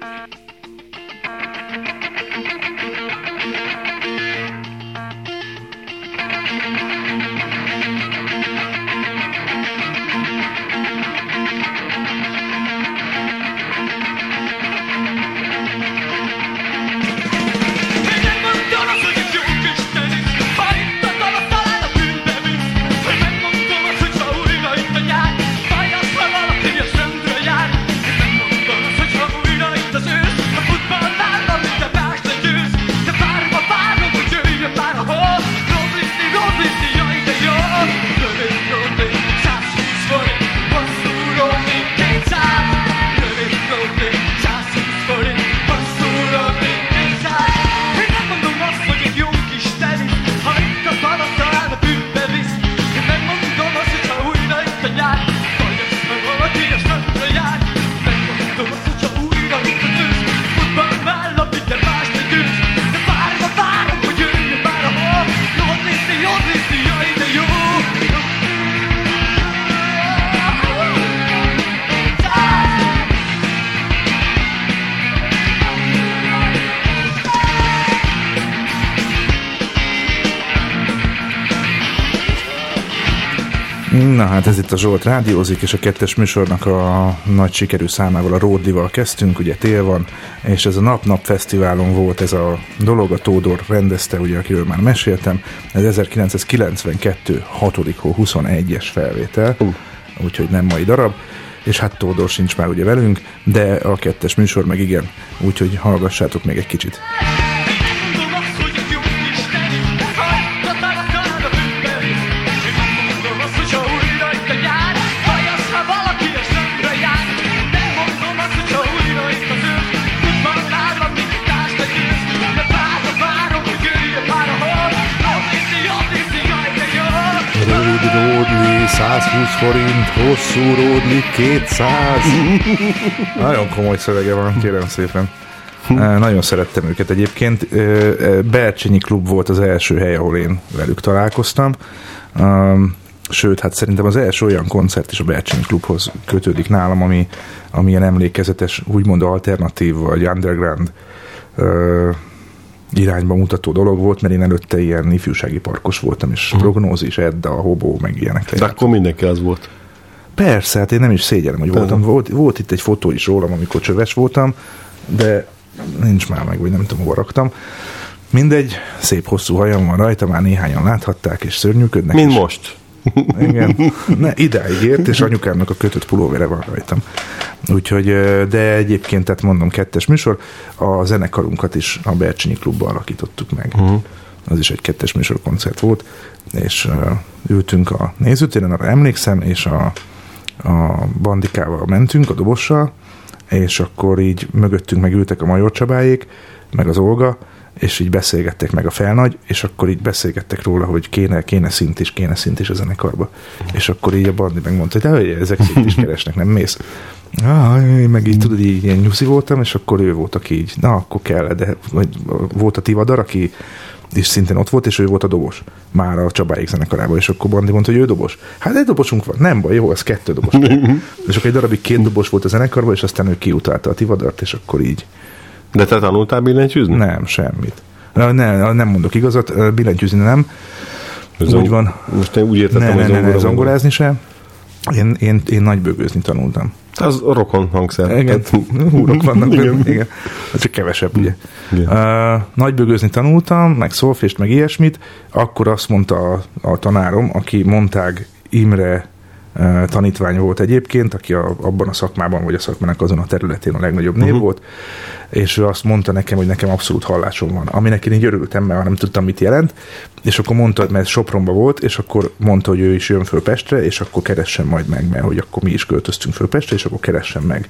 Na hát ez itt a Zsolt rádiózik, és a kettes műsornak a nagy sikerű számával, a Ródlival kezdtünk, ugye tél van, és ez a Nap-Nap Fesztiválon volt ez a dolog, a Tódor rendezte, ugye, akiről már meséltem, ez 1992. 6. hó 21-es felvétel, úgyhogy nem mai darab, és hát Tódor sincs már ugye velünk, de a kettes műsor meg igen, úgyhogy hallgassátok még egy kicsit. Ródli 120 forint, hosszú Ródli 200. Nagyon komoly szövege van, kérem szépen. Nagyon szerettem őket egyébként. Bercsényi klub volt az első hely, ahol én velük találkoztam. Sőt, hát szerintem az első olyan koncert is a Bercsényi klubhoz kötődik nálam, ami ilyen emlékezetes, úgymond alternatív vagy underground irányba mutató dolog volt, mert én előtte ilyen ifjúsági parkos voltam, és Prognózis, Edda, Hobó, meg ilyenek. De akkor mindenki az volt. Persze, hát én nem is szégyellem, hogy voltam. Volt itt egy fotó is rólam, amikor csöves voltam, de nincs már meg, vagy nem tudom, hova raktam. Mindegy, szép hosszú hajam van rajta, már néhányan láthatták, és szörnyűködnek. Mint most. Igen, idáig ért, és anyukámnak a kötött pulóvere van rajtam. Úgyhogy, de egyébként, tehát mondom, kettes műsor, a zenekarunkat is a Bercsényi klubba alakítottuk meg. Az is egy kettes műsor koncert volt, és ültünk a nézőtéren, arra emlékszem, és a bandikával mentünk, a dobossal, és akkor így mögöttünk megültek a Major Csabáék, meg az Olga, és így beszélgettek meg a Felnagy, és akkor így beszélgettek róla, hogy kéne szint is a zenekarba. És akkor így a bandi megmondta, hogy ezek szint is keresnek, nem mész? Meg így tudod, így ilyen nyuszi voltam, és akkor ő volt, aki így, na, akkor kell, de volt a Tivadar, aki és szintén ott volt, és ő volt a dobos. Már a Csabáék zenekarában, és akkor Bandi mondta, hogy ő dobos. Hát egy dobosunk van. Nem baj, jó, az 2 dobos. És akkor egy darabig 2 dobos volt a zenekarban, és aztán ő kiutálta a Tivadart, és akkor így. De te tanultál billentyűzni? Nem, semmit. Nem mondok igazat, billentyűzni nem. Úgy van. Most én úgy értettem, hogy zongorázni sem. Én nagybőgőzni tanultam. Az rokon hangszer. Igen, húrok vannak. Igen. Csak kevesebb, ugye. Nagybőgőzni tanultam, meg szolfést, meg ilyesmit. Akkor azt mondta a tanárom, aki Montág Imre tanítvány volt egyébként, aki abban a szakmában, vagy a szakmának azon a területén a legnagyobb név volt, és ő azt mondta nekem, hogy nekem abszolút hallásom van. Aminek én így örültem, mert nem tudtam, mit jelent, és akkor mondta, mert Sopronban volt, és akkor mondta, hogy ő is jön föl Pestre, és akkor keressen majd meg, mert hogy akkor mi is költöztünk föl Pestre, és akkor keressen meg.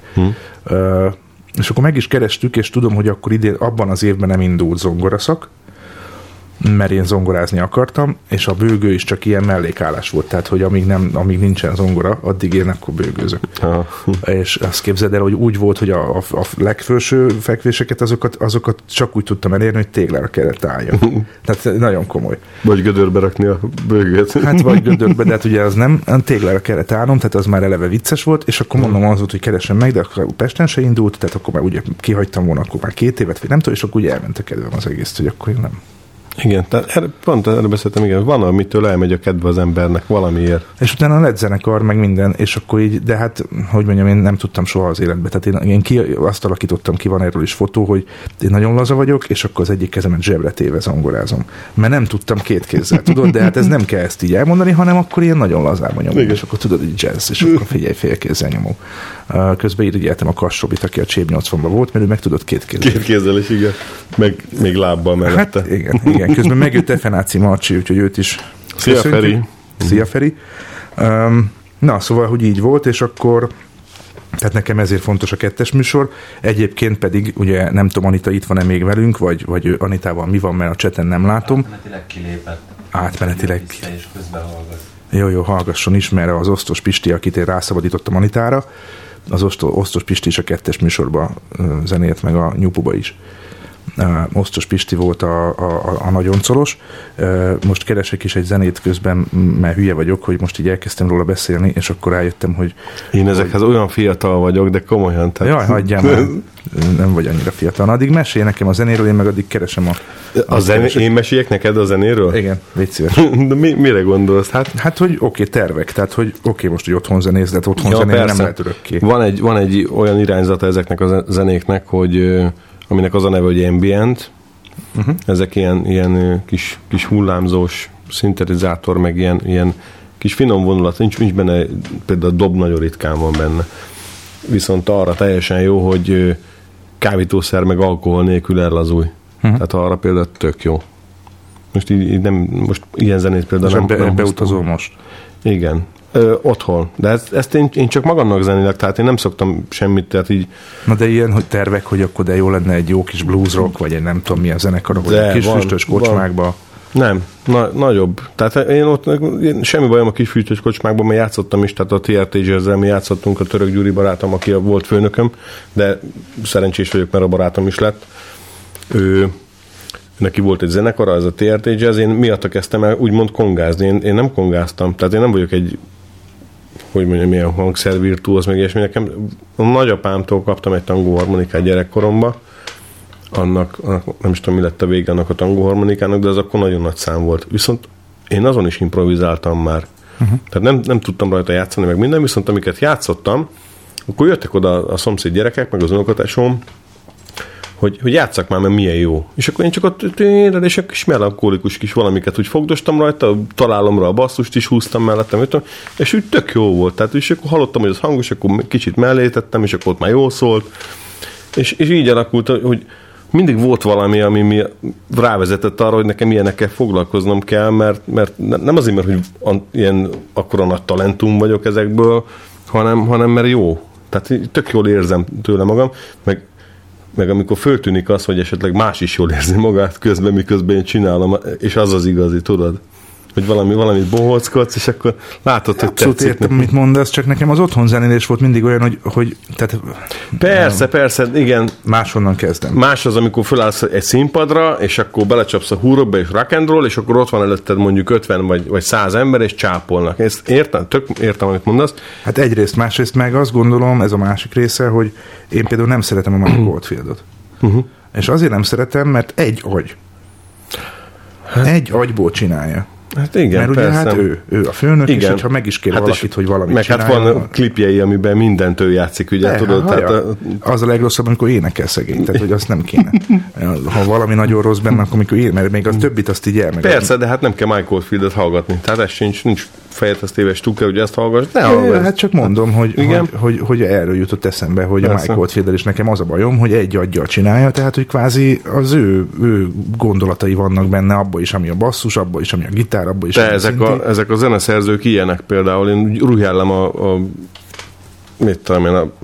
És akkor meg is kerestük, és tudom, hogy akkor abban az évben nem indult zongoraszak, mert én zongorázni akartam, és a bőgő is csak ilyen mellékállás volt, tehát hogy amíg nincsen zongora, addig én akkor bőgőzök. És azt képzeld el, hogy úgy volt, hogy a legfelső fekvéseket, azokat csak úgy tudtam elérni, hogy téglára kellett álljon. Tehát nagyon komoly. Vagy gödörbe rakni a bőgőt. Hát vagy gödörbe, de hát ugye az nem, téglára kellett állnom, tehát az már eleve vicces volt, és akkor mondom az volt, hogy keresem meg, de akkor Pesten se indult, tehát akkor már ugye kihagytam volna, akkor már 2 évet, vagy nem tudom, és akkor ugye elment a kedvem az egész, hogy akkor én nem. Igen, tehát pont erre beszéltem, igen, van, amitől elmegy a kedve az embernek valamiért. És utána lett zenekar, meg minden, és akkor így, de hát, hogy mondjam, én nem tudtam soha az életbe. Tehát én azt alakítottam ki, van erről is fotó, hogy én nagyon laza vagyok, és akkor az egyik kezemet zsebre téve zongorázom. Mert nem tudtam 2 kézzel, tudod, de hát ez nem kell ezt így elmondani, hanem akkor ilyen nagyon lazában nyomom, és akkor tudod, hogy jazz, és akkor figyelj, fél kézzel nyomom. Közben irigyeltem a Kassrobit, aki a Csép 80-ban volt, mert ő meg tudott 2 kézzel. 2 kézzel is, igen. Meg még lábbal mellette. Hát igen. Közben megjött Fenáci Marcsi, úgyhogy őt is Szia, Feri. Szia, Feri. Na, szóval, hogy így volt, és akkor tehát nekem ezért fontos a 2-es műsor. Egyébként pedig, ugye nem tudom, Anita itt van-e még velünk, vagy Anitával mi van, mert a cseten nem látom. Átmenetileg kilépett. Átmenetileg. És közben hallgat. Jó, hallgasson is, mert az Osztos Pisti, akit én rászabadítottam Anitára, az Osztos Pisti is a 2-es műsorban zenélt, meg a Nyupuba is. Osztos Pisti volt a nagyon colos. Most keresek is egy zenét közben, mert hülye vagyok, hogy most így elkezdtem róla beszélni, és akkor rájöttem, hogy... Én ezekhez olyan fiatal vagyok, de komolyan. Tehát... Jaj, hagyjál már. Nem vagy annyira fiatal. Na, addig mesélj nekem a zenéről, én meg addig keresem Én meséljek neked a zenéről? Igen, légy szíves. De mire gondolsz? Hát hogy oké, tervek. Tehát, hogy oké, most, hogy otthon zenész, de otthon zenél nem lehet örökké. Van egy olyan irányzata ezeknek a zenéknek, hogy aminek az a neve, hogy ambient. Ezek ilyen kis hullámzós szintetizátor, meg ilyen kis finom vonulat, nincs benne, például a dob nagyon ritkán van benne. Viszont arra teljesen jó, hogy kábítószer meg alkohol nélkül ellazulj. Tehát arra például tök jó. Most így nem, most ilyen zenét például nem beutazol most. Igen. Otthon. De ezt én csak magamnak zenélek, tehát én nem szoktam semmit, tehát így... Na de ilyen, hogy tervek, hogy akkor de jó lenne egy jó kis blues rock, vagy egy nem tudom milyen zenekar, vagy egy kis füstös kocsmákba. Nem, nagyobb. Tehát én semmi bajom a kis füstös kocsmákban, mert játszottam is, tehát a TRT Jazz-zel mi játszottunk, a Török Gyuri barátom, aki volt főnököm, de szerencsés vagyok, mert a barátom is lett. Neki volt egy zenekara, ez a TRT Jazz, én miatta kezdtem el úgymond kongázni. Én nem kongáztam, tehát én nem vagyok egy, hogy mondjam, milyen hangszervirtuóz, meg ilyesmi. Nekem a nagyapámtól kaptam egy tangóharmonikát gyerekkoromban, annak nem is tudom, mi lett a vége annak a tangóharmonikának, de az akkor nagyon nagy szám volt. Viszont én azon is improvizáltam már. Tehát nem tudtam rajta játszani, meg minden, viszont amiket játszottam, akkor jöttek oda a szomszéd gyerekek, meg az unokatásom, hogy játsszak már, mert milyen jó. És akkor én csak ott és egy kis melankólikus kis valamiket úgy fogdostam rajta, találomra a basszust is húztam mellettem, és úgy tök jó volt. Tehát és akkor hallottam, hogy az hangos, akkor kicsit mellé tettem, és akkor ott már jól szólt. És így alakult, hogy mindig volt valami, ami rávezetett arra, hogy nekem ilyenekkel foglalkoznom kell, mert nem azért, mert hogy ilyen akkora nagy talentum vagyok ezekből, hanem mert jó. Tehát tök jól érzem tőle magam, meg amikor föltűnik az, hogy esetleg más is jól érzi magát közben, miközben én csinálom, és az az igazi, tudod? Hogy valamit bohóckodsz, és akkor látod, hogy abszolút tetszik. Értem, mit mondasz, csak nekem az otthon zenélés volt mindig olyan, hogy tehát, persze, igen. Máshonnan kezdem. Más az, amikor fölállsz egy színpadra, és akkor belecsapsz a húrokba, és rock and roll, és akkor ott van előtted mondjuk 50 vagy 100 ember, és csápolnak. Ezt értem, amit mondasz. Hát egyrészt, másrészt meg azt gondolom, ez a másik része, hogy én például nem szeretem a Mike Oldfieldot. És azért nem szeretem, mert egy agyból csinálja. Hát igen, mert ugye persze. Hát ő a főnök, igen. És hogyha meg is kér valakit, és, hogy valamit meg csinálja. Hát van klipjei, amiben mindent ő játszik, ugye, tudod? Tehát az a legrosszabb, amikor énekel szegény, tehát hogy azt nem kéne. Ha valami nagyon rossz benne, akkor amikor él, mert még a többit azt így elmegadni. Persze, de hát nem kell Mike Oldfieldet hallgatni. Tehát ez nincs fejetesztéves stuka, hogy ezt hallgass. Ne hallgass. Hát csak mondom, hogy erről jutott eszembe, hogy persze. A Mike Oldfielddel is nekem az a bajom, hogy egy aggyal csinálja, tehát hogy kvázi az ő gondolatai vannak benne, abba is, ami a basszus, abba is, ami a gitár, abba is. Ezek a zeneszerzők ilyenek például. Én ruhellem mit tudom én, a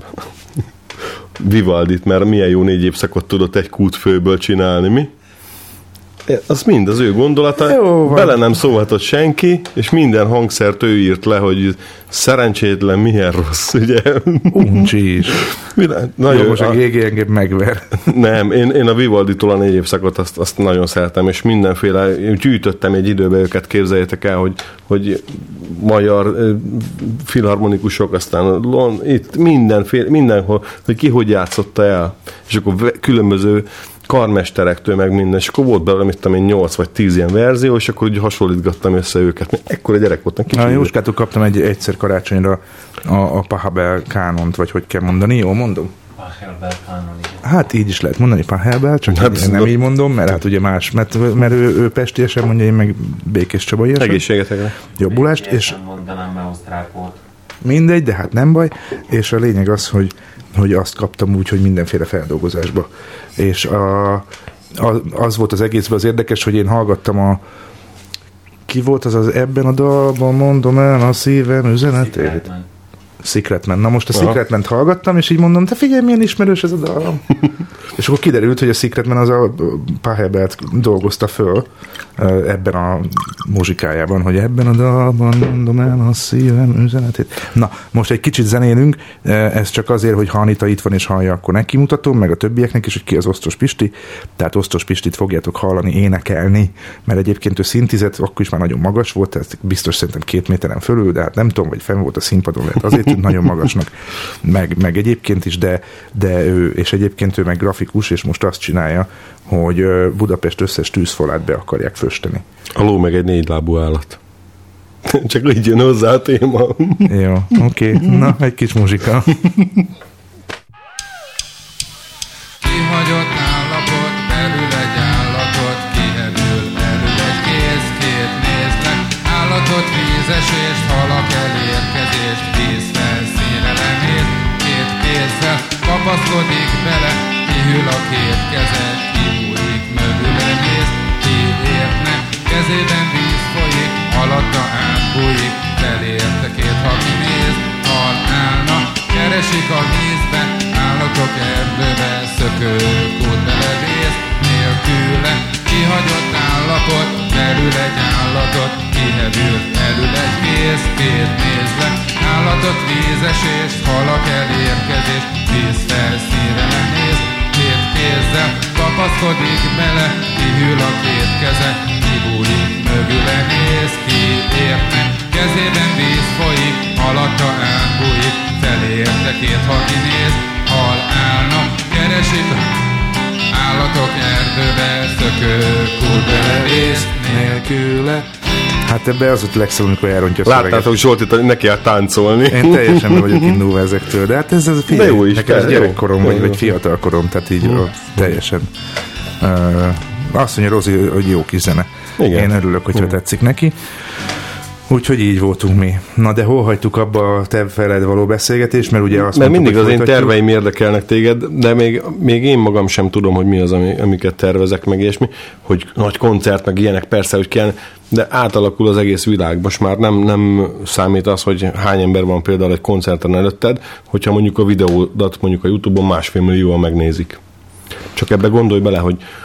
Vivaldit, mert milyen jó 4 évszakot tudott egy kútfőből csinálni, mi? Az mind az ő gondolata, bele nem szólhatott senki, és minden hangszert ő írt le, hogy szerencsétlen, milyen rossz, ugye? Uncsi is. Jó, most a GG engem megver. Nem, én a Vivalditól a 4 évszakot azt nagyon szeretem, és mindenféle, gyűjtöttem egy időbe őket, képzeljétek el, hogy magyar filharmonikusok, aztán itt mindenhol, hogy ki hogy játszotta el, és akkor különböző karmesterektől meg minden, és akkor volt belőle, mit tudom én, 8 vagy 10 ilyen verzió, és akkor úgy hasonlítgattam össze őket. Még ekkora gyerek voltam, kicsi. A Jóskától kaptam egyszer karácsonyra a Pachelbel kánont, vagy hogy kell mondani, jól mondom? Pachelbel kánon, igen. Hát így is lehet mondani Pachelbel, csak hát én nem így mondom, mert hát ugye más, mert ő pestiesen mondja, én meg Békés Csabaiesen. Egészségetekre. Jobbulást, és mondanám, mert osztrák volt. mindegy, de hát nem baj, és a lényeg az, hogy azt kaptam úgy, hogy mindenféle feldolgozásba. És az volt az egészben az érdekes, hogy én hallgattam ki volt az ebben a dalban, mondom el a szívem üzenetét. Secretman. Na most a Secretman-t hallgattam, és így mondom, te figyelj, milyen ismerős ez a dal. És akkor kiderült, hogy a Secretman az a Pachelbelt dolgozta föl ebben a muzsikájában, hogy ebben a dalban mondom el a szívem üzenetét. Na, most egy kicsit zenélünk, ez csak azért, hogy ha Anita itt van és hallja, akkor neki mutatom, meg a többieknek is, hogy ki az Osztos Pisti. Tehát Osztos Pistit fogjátok hallani, énekelni, mert egyébként ő szintizett, akkor is már nagyon magas volt, ez biztos szerintem 2 méteren fölül, de hát nem tudom, vagy fenn volt a színpadon, lehet azért nagyon magasnak, meg egyébként is, de ő, és egyébként ő meg grafikus, és most azt csinálja, hogy Budapest összes tűzfalát be akarják fösteni. A ló meg egy 4 lábú állat. Csak így jön hozzá a téma. Jó, oké. Na, egy kis muzsika. Kihagyott állapot, belül egy állatot, kiherül, elül egy kéz, néznek. Állatot, vízesést, halak elérkezést, víz felszínre lemész, 2 kézzel kapaszkodik bele, kihűl a 2 keze, kibújik, mögüle néz, kiértne, kezében víz folyik, alatta átbújik, felérte 2 haki néz, hal állna, keresik a vízben, állatok erdőbe, szökők út belevész, nélküle, kihagyott állapot, belül egy állatot, kihevült, elül egy kéz, 2 nézve, állatot, vízesés, halak elérkezés, víz felszínre lenéz, 2 kézzel kapaszkodik bele, kihűl a 2 keze, kibújik, mögüle néz, kiértne, kezében víz folyik, alatta átbújik, felérte 2 haki néz, hal állna, keresik állatok erdőbe, szökők út belevész, nélküle. Hát ebbe az ott legszebb, amikor elrontja a szöveget. Láttátok, Zsolt itt neki áll táncolni. Én teljesen meg vagyok indulva ezektől, de hát ez figyelj, jó is, nekem ez gyerekkorom, jó. vagy fiatalkorom, tehát így teljesen. Azt mondja Rozi, hogy jó kis zene. Igen. Én örülök, hogyha tetszik neki. Úgyhogy így voltunk mi. Na de hol hagytuk abba a te veled való beszélgetést, mert ugye azt mert mondtuk, mindig az én folytatjuk. terveim érdekelnek téged, de még én magam sem tudom, hogy mi az, amiket tervezek, meg ilyesmi, hogy nagy koncert, meg ilyenek, persze, hogy kell, de átalakul az egész világ. Most már nem számít az, hogy hány ember van például egy koncerten előtted, hogyha mondjuk a videódat mondjuk a YouTube-on 1,5 millióan megnézik. Csak ebbe gondolj bele,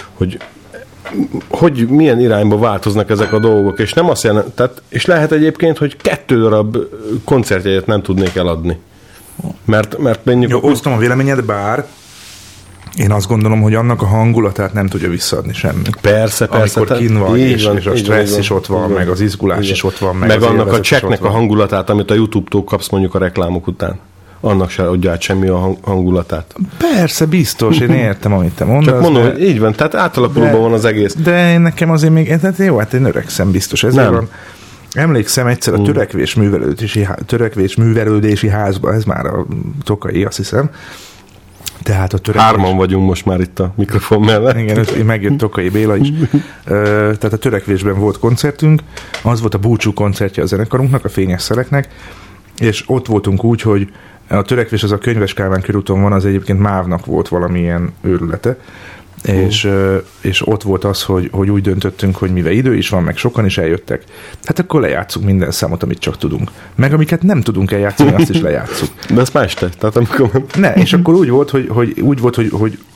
hogy milyen irányba változnak ezek a dolgok, és nem azt jelent, tehát, és lehet egyébként, hogy 2 darab koncertjegyet nem tudnék eladni. Mert mondjuk... Jó, osztom a véleményed, bár én azt gondolom, hogy annak a hangulatát nem tudja visszaadni semmi. Persze. Amikor kín van, és a stressz van, is ott van, meg az izgulás is ott van, meg az annak a élvezet is csekknek ott a van. hangulatát, amit a YouTube-tól kapsz mondjuk a reklámok után. Annak se adja át semmi a hangulatát. Persze, biztos, én értem, amit te mondasz. Csak mondom, hogy így van, tehát átalakulóban van az egész. De én nekem azért még, tehát jó, hát én öregszem biztos, ezért Nem. van. Emlékszem egyszer a törekvés művelődési házba, ez már a Tokai, azt hiszem. Tehát a törekvés... 3-an vagyunk most már itt a mikrofon mellett. Igen, megjött Tokai Béla is. Tehát a törekvésben volt koncertünk, az volt a búcsú koncertje a zenekarunknak, a Fényes Szeleknek, és ott voltunk úgy, hogy a törekvés az a Könyves Kálmán körúton van, az egyébként MÁV-nak volt valamilyen őrülete, és ott volt az, hogy úgy döntöttünk, hogy mivel idő is van, meg sokan is eljöttek, hát akkor lejátszunk minden számot, amit csak tudunk. Meg amiket nem tudunk eljátszani, azt is lejátszuk. De ezt más te. Tehát amikor... Ne, és akkor úgy volt, hogy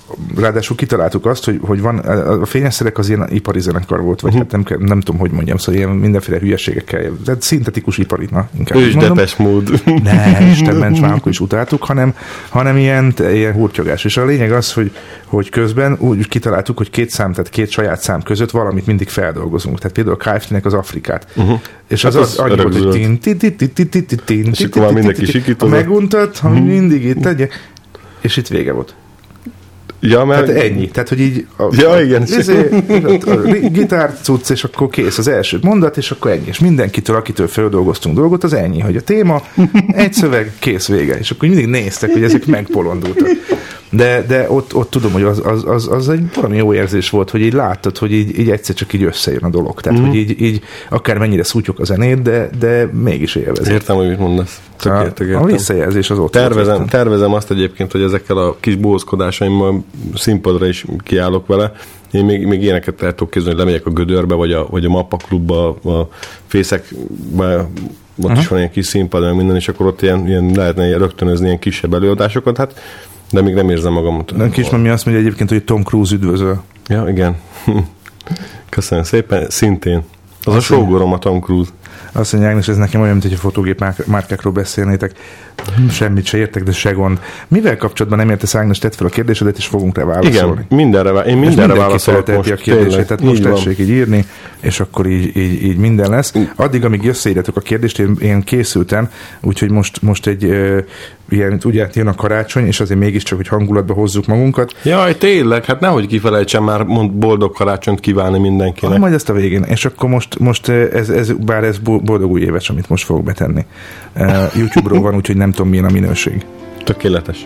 ráadásul kitaláltuk azt, hogy van, a Fényeszerek az ilyen ipari zenekar volt, vagy hát nem tudom, hogy mondjam, szóval ilyen mindenféle hülyeségekkel, tehát szintetikus ipari, na, inkább Ő is Depeche Mode. Ne, Isten ments, már akkor is utáltuk, hanem ilyen hurtyogás. És a lényeg az, hogy közben úgy kitaláltuk, hogy két szám, tehát két saját szám között valamit mindig feldolgozunk. Tehát például a KFT-nek az Afrikát. És az annyi volt, hogy tin, és akkor már mindenki sikítozott. Meguntat, ha mindig itt tegye, és itt vége volt. Ja, mert... Tehát ennyi. Tehát, hogy így igen. A gitár cucc, és akkor kész az első mondat, és akkor ennyi. És mindenkitől, akitől feldolgoztunk dolgot, az ennyi, hogy a téma, egy szöveg, kész, vége. És akkor mindig néztek, hogy ezek megpolondultak. De ott tudom, hogy az egy valami jó érzés volt, hogy így láttad, hogy így egyszer csak így összejön a dolog. Tehát, hogy így akár mennyire szútyog a zenét, de mégis élvezem. Értem, hogy mit mondasz. A visszajelzés az ott. Tervezem azt egyébként, hogy ezekkel a kis bózkodásaimmal színpadra is kiállok vele. Én még ilyeneket el tudok képzelni, hogy lemegyek a Gödörbe, vagy a Mappa Klubba, a Fészekbe, ott is van ilyen kis színpad, meg minden, és akkor ott ilyen lehetne rögtönözni ilyen kisebb előadásokat, hát de még nem érzem magamat. De Kismami azt mondja egyébként, hogy Tom Cruise üdvözöl. Ja, igen. Köszönöm szépen. Szintén. Az a sógorom a Tom Cruise. Azt mondja, Ágnes, ez nekem olyan, mint hogy a fotógép márkákról beszélnétek. Semmit se értek, de se gond. Mivel kapcsolatban nem értesz, Ágnes, tedd fel a kérdésedet, és fogunk rá válaszolni. Igen, én mindenre válaszolok most. A kérdését, tehát most tessék így írni, és akkor így minden lesz. Addig, amíg összeírjátok a kérdést, én készültem, úgyhogy most egy ilyen, ugye jön a karácsony, és azért mégiscsak, hogy hangulatba hozzuk magunkat. Jaj, tényleg, hát nehogy kifelejtsem már boldog karácsonyt kívánni mindenkinek. Majd ezt a végén, és akkor most bár ez boldog új éves, amit most fogok betenni. YouTube-ról van, úgyhogy nem tudom, milyen a minőség. Tökéletes.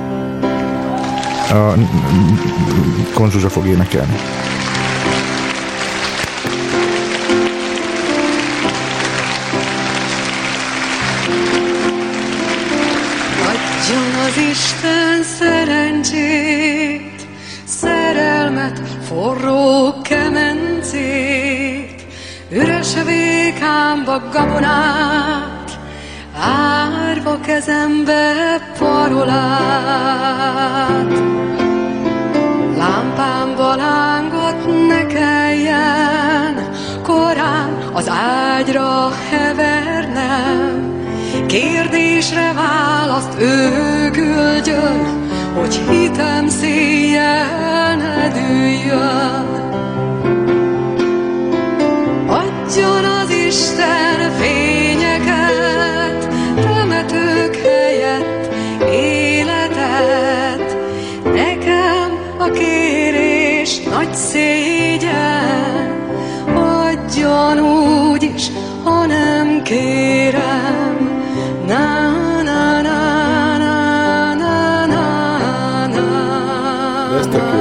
A Konzsuzsa fog énekelni. Adjon az Isten szerencsét, szerelmet, forró kemencét, üres vékámba gabonát, árva kezembe parolát. Lámpámba lángot ne kelljen, korán az ágyra hevernem, kérdésre választ ő küldjön, hogy hitem széjjel ne dűljön. Adjon az Isten fényeket, temetők helyett életet, nekem a kérés nagy szégyen, adjon úgy is, ha nem kérem. Na, na, na, na, na, na, na. Ez tök jó.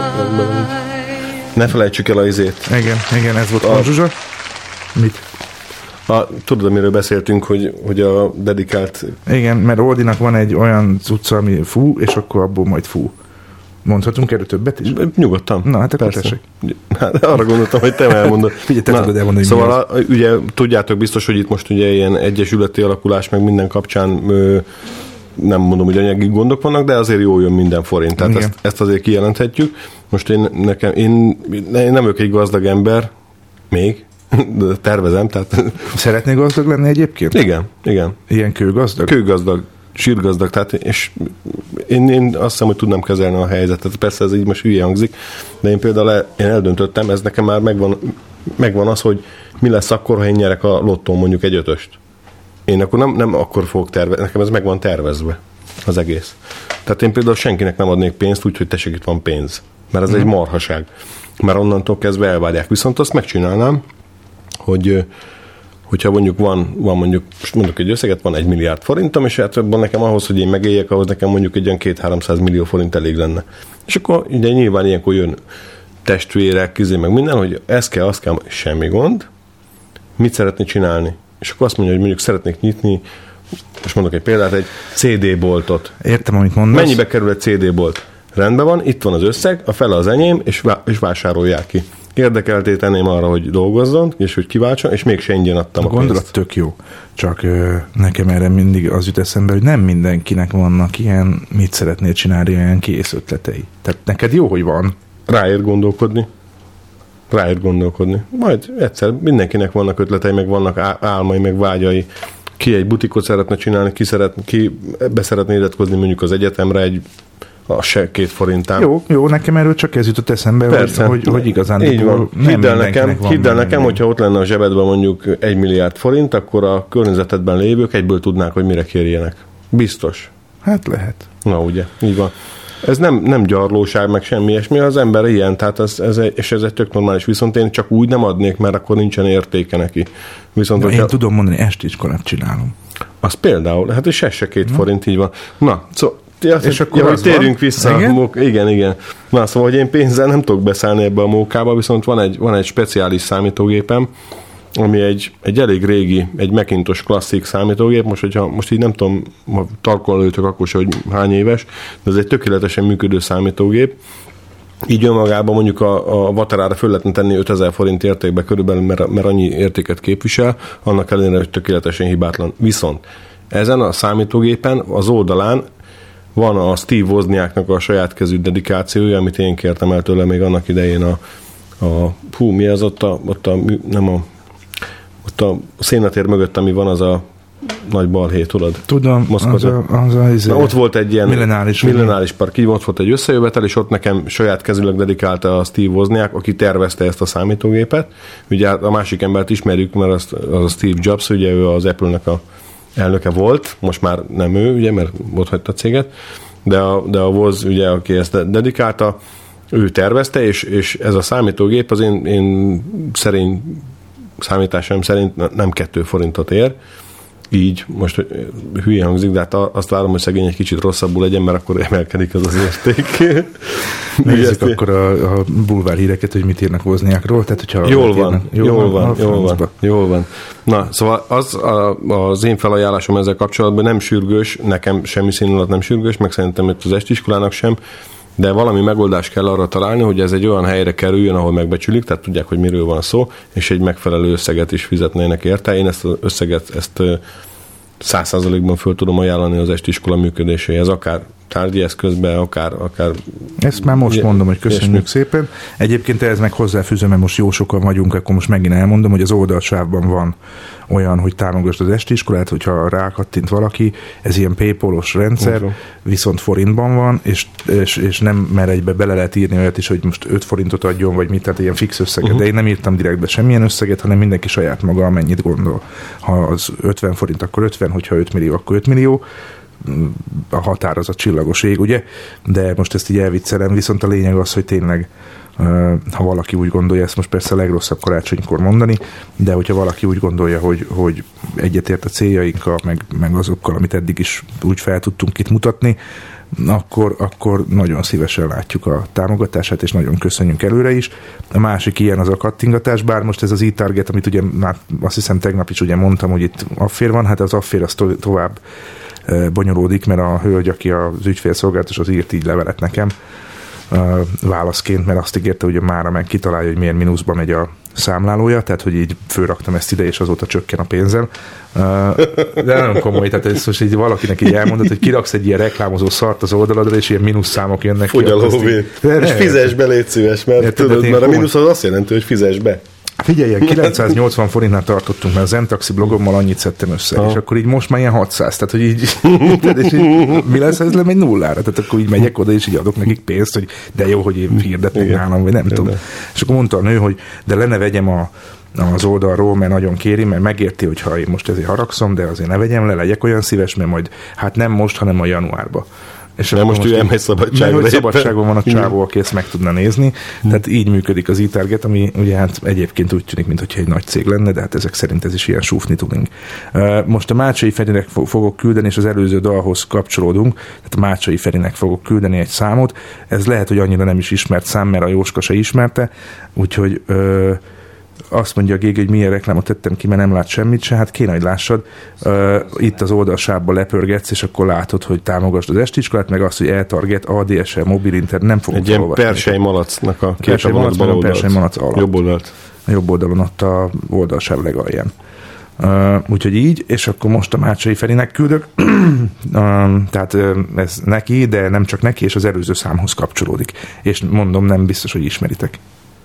Ne felejtsük el a izét. Igen, ez volt Konzsuzsa. Mit? Tudod, amiről beszéltünk, hogy a dedikált... Igen, mert Oldinak van egy olyan cucca, ami fú, és akkor abból majd fú. Mondhatunk erről többet is? Nyugodtan. Na, hát akkor tessék. Hát arra gondoltam, hogy te elmondod. Figyelj, te tudod elmondani, szóval ugye tudjátok biztos, hogy itt most ugye ilyen egyesületi alakulás, meg minden kapcsán nem mondom, hogy anyagi gondok vannak, de azért jól jön minden forint. Tehát ezt azért kijelenthetjük. Most én nem vagyok egy gazdag ember, még, de tervezem, tehát... Szeretnél gazdag lenni egyébként? Igen. Ilyen kőgazdag? Kőgazdag, sírgazdag, tehát és én azt hiszem, hogy tudnám kezelni a helyzetet. Persze ez így most hülye hangzik, de én például eldöntöttem, ez nekem már megvan az, hogy mi lesz akkor, ha én nyerek a lottón mondjuk egy 5-öst. Én akkor nem akkor fogok tervezni, nekem ez meg van tervezve az egész. Tehát én például senkinek nem adnék pénzt, úgyhogy tessék, itt van pénz. Mert ez egy marhaság. Mert onnantól kezdve elvárják. Viszont azt megcsinálnám, hogyha mondjuk van mondjuk, most mondok egy összeget, van 1 milliárd forintom, és hát abban nekem ahhoz, hogy én megéljek, ahhoz nekem mondjuk egy olyan 200-300 millió forint elég lenne. És akkor ugye nyilván ilyenkor jön testvérek, meg minden, hogy ez kell, az kell, semmi gond, mit szeretné csinálni. És akkor azt mondja, hogy mondjuk szeretnék nyitni, most mondok egy példát, egy CD-boltot. Értem, amit mondasz. Mennyibe kerül egy CD-bolt? Rendben van, itt van az összeg, a fele az enyém, és vásárolják ki. érdekelté tenném arra, hogy dolgozzon, és hogy kiváltson, és mégse ingyen adtam a gondolat pénzt. tök jó, csak nekem erre mindig az jut eszembe, hogy nem mindenkinek vannak ilyen, mit szeretnél csinálni, olyan kész ötletei. Tehát neked jó, hogy van. Ráért gondolkodni. Majd egyszer mindenkinek vannak ötletei, meg vannak álmai, meg vágyai. Ki egy butikot szeretne csinálni, ki be szeretne iratkozni mondjuk az egyetemre a se 2 forintán. Jó, nekem erről csak ez jutott eszembe, hogy igazán így van. Hidd el nekem, hogyha ott lenne a zsebedben mondjuk 1 milliárd forint, akkor a környezetedben lévők egyből tudnák, hogy mire kérjenek. Biztos. Hát lehet. Na ugye, így van. Ez nem gyarlóság, meg semmi ilyesmi, az ember ilyen, tehát ez egy tök normális, viszont én csak úgy nem adnék, mert akkor nincsen értéke neki. Viszont, én tudom mondani, estiskolát csinálom. Az például, hát és ez se 2 forint, így van. Na, és akkor hogy térjünk vissza. Igen. Na, szóval, hogy én pénzzel nem tudok beszállni ebbe a mókába, viszont van egy speciális számítógépem, ami egy elég régi, egy Macintosh klasszik számítógép, most így nem tudom, ha tarkon lőtök, akkor se, hogy hány éves, de ez egy tökéletesen működő számítógép. Így önmagában mondjuk a Vaterára föl lehetne tenni 5000 forint értékbe körülbelül, mert annyi értéket képvisel, annak ellenére, hogy tökéletesen hibátlan. Viszont ezen a számítógépen az oldalán van a Steve Wozniaknak a saját kezű dedikációja, amit én kértem el tőle még annak idején mi az ott a szénatér mögött, ami van, az a nagy balhé, tudod? Tudom, ott volt egy ilyen millenáris park, így ott volt egy összejövetel, és ott nekem saját kezűleg dedikálta a Steve Wozniak, aki tervezte ezt a számítógépet. Ugye a másik embert ismerjük, mert az a Steve Jobs, ugye ő az Apple-nek a elnöke volt, most már nem ő, ugye, mert ott hagyta a céget, de a Woz, ugye, aki ezt dedikálta, ő tervezte, és ez a számítógép az én szerény számításom szerint nem 2 forintot ér, így, most hülye hangzik, de hát azt várom, hogy szegény egy kicsit rosszabbul legyen, mert akkor emelkedik az érték. Nézzük akkor a bulvár híreket, hogy mit írnak Wozniakról. Tehát, hogyha jól van. Na, szóval az én felajánlásom ezzel kapcsolatban nem sürgős, nekem semmi szín alatt nem sürgős, meg szerintem itt az estiskolának sem, de valami megoldást kell arra találni, hogy ez egy olyan helyre kerüljön, ahol megbecsülik, tehát tudják, hogy miről van szó, és egy megfelelő összeget is fizetnének érte. Én ezt az összeget 100%-ban föl tudom ajánlani az estiskola működéséhez, akár tárgyi eszközbe, akár... Ezt már most mondom, hogy köszönjük szépen. Egyébként ehhez meg hozzáfűzöm, mert most jó sokan vagyunk, akkor most megint elmondom, hogy az oldalsávban van olyan, hogy támogasd az estiskolát, hogyha rákattint valaki, ez ilyen PayPal-os rendszer, viszont forintban van, és nem, mert egybe bele lehet írni olyat is, hogy most 5 forintot adjon, vagy mit, tehát ilyen fix összeget, de én nem írtam direktbe semmilyen összeget, hanem mindenki saját maga amennyit gondol. Ha az 50 forint, akkor 50, hogyha 5 millió, akkor 5 millió, a határ az a csillagos ég, ugye? De most ezt így elviccelem, viszont a lényeg az, hogy tényleg ha valaki úgy gondolja, ezt most persze a legrosszabb karácsonykor mondani, de hogyha valaki úgy gondolja, hogy egyetért a céljainkkal, meg azokkal, amit eddig is úgy fel tudtunk itt mutatni, akkor nagyon szívesen látjuk a támogatását, és nagyon köszönjük előre is. A másik ilyen az a kattingatás, bár most ez az e-target, amit ugye már azt hiszem tegnap is ugye mondtam, hogy itt affér van, hát az affér az tovább bonyolódik, mert a hölgy, aki az ügyfélszolgálatos, az írt így levelet nekem válaszként, mert azt ígérte, hogy mára meg kitalálja, hogy milyen mínuszba megy a számlálója, tehát hogy így fölraktam ezt ide, és azóta csökken a pénzem. De nagyon komoly, tehát ez most így valakinek így elmondott, hogy kiraksz egy ilyen reklámozó szart az oldaladra, és ilyen mínusz számok jönnek. Fogyalóvé. És fizess be, légy szíves, mert tudod, mert a mínusz az azt jelenti, hogy fizess be. Figyelj, 980 forintnál tartottunk, mert az M-taxi blogommal annyit szedtem össze, és akkor így most már ilyen 600, tehát hogy így, és így mi lesz, ez lemegy nullára, tehát akkor így megyek oda, és így adok nekik pénzt, hogy de jó, hogy én hirdetnek nálam, vagy nem tudom. És akkor mondta a nő, hogy de le ne vegyem az oldalról, mert nagyon kéri, mert megérti, hogy ha én most ezért haragszom, de azért ne vegyem le, legyek olyan szíves, mert majd, hát nem most, hanem a januárba. És de most ő elmegy szabadságon. Mert szabadságon van a csávó, aki ezt meg tudna nézni. Tehát így működik az e-target, ami ugye hát egyébként úgy tűnik, mintha egy nagy cég lenne, de hát ezek szerint ez is ilyen súfni tudunk. Most a Mácsai Ferinek fogok küldeni, és az előző dalhoz kapcsolódunk, tehát a Mácsai Ferinek fogok küldeni egy számot. Ez lehet, hogy annyira nem is ismert szám, mert a Jóska se ismerte, úgyhogy azt mondja a Gégi, hogy milyen reklámot tettem ki, mert nem lát semmit se, hát kéne, hogy lássad. Itt az oldalsávban lepörgetsz, és akkor látod, hogy támogasd az estiskolát, meg azt, hogy e-target, ADSL, mobil internet, nem fogok egy ilyen Persely malacnak a Persely malac alatt. Jobb oldalt. A jobb oldalon ott a oldalsáv legalján. Úgyhogy így, és akkor most a Mácsai Ferinek küldök. Tehát ez neki, de nem csak neki, és az előző számhoz kapcsolódik. És mondom, nem biztos, hogy ismeritek.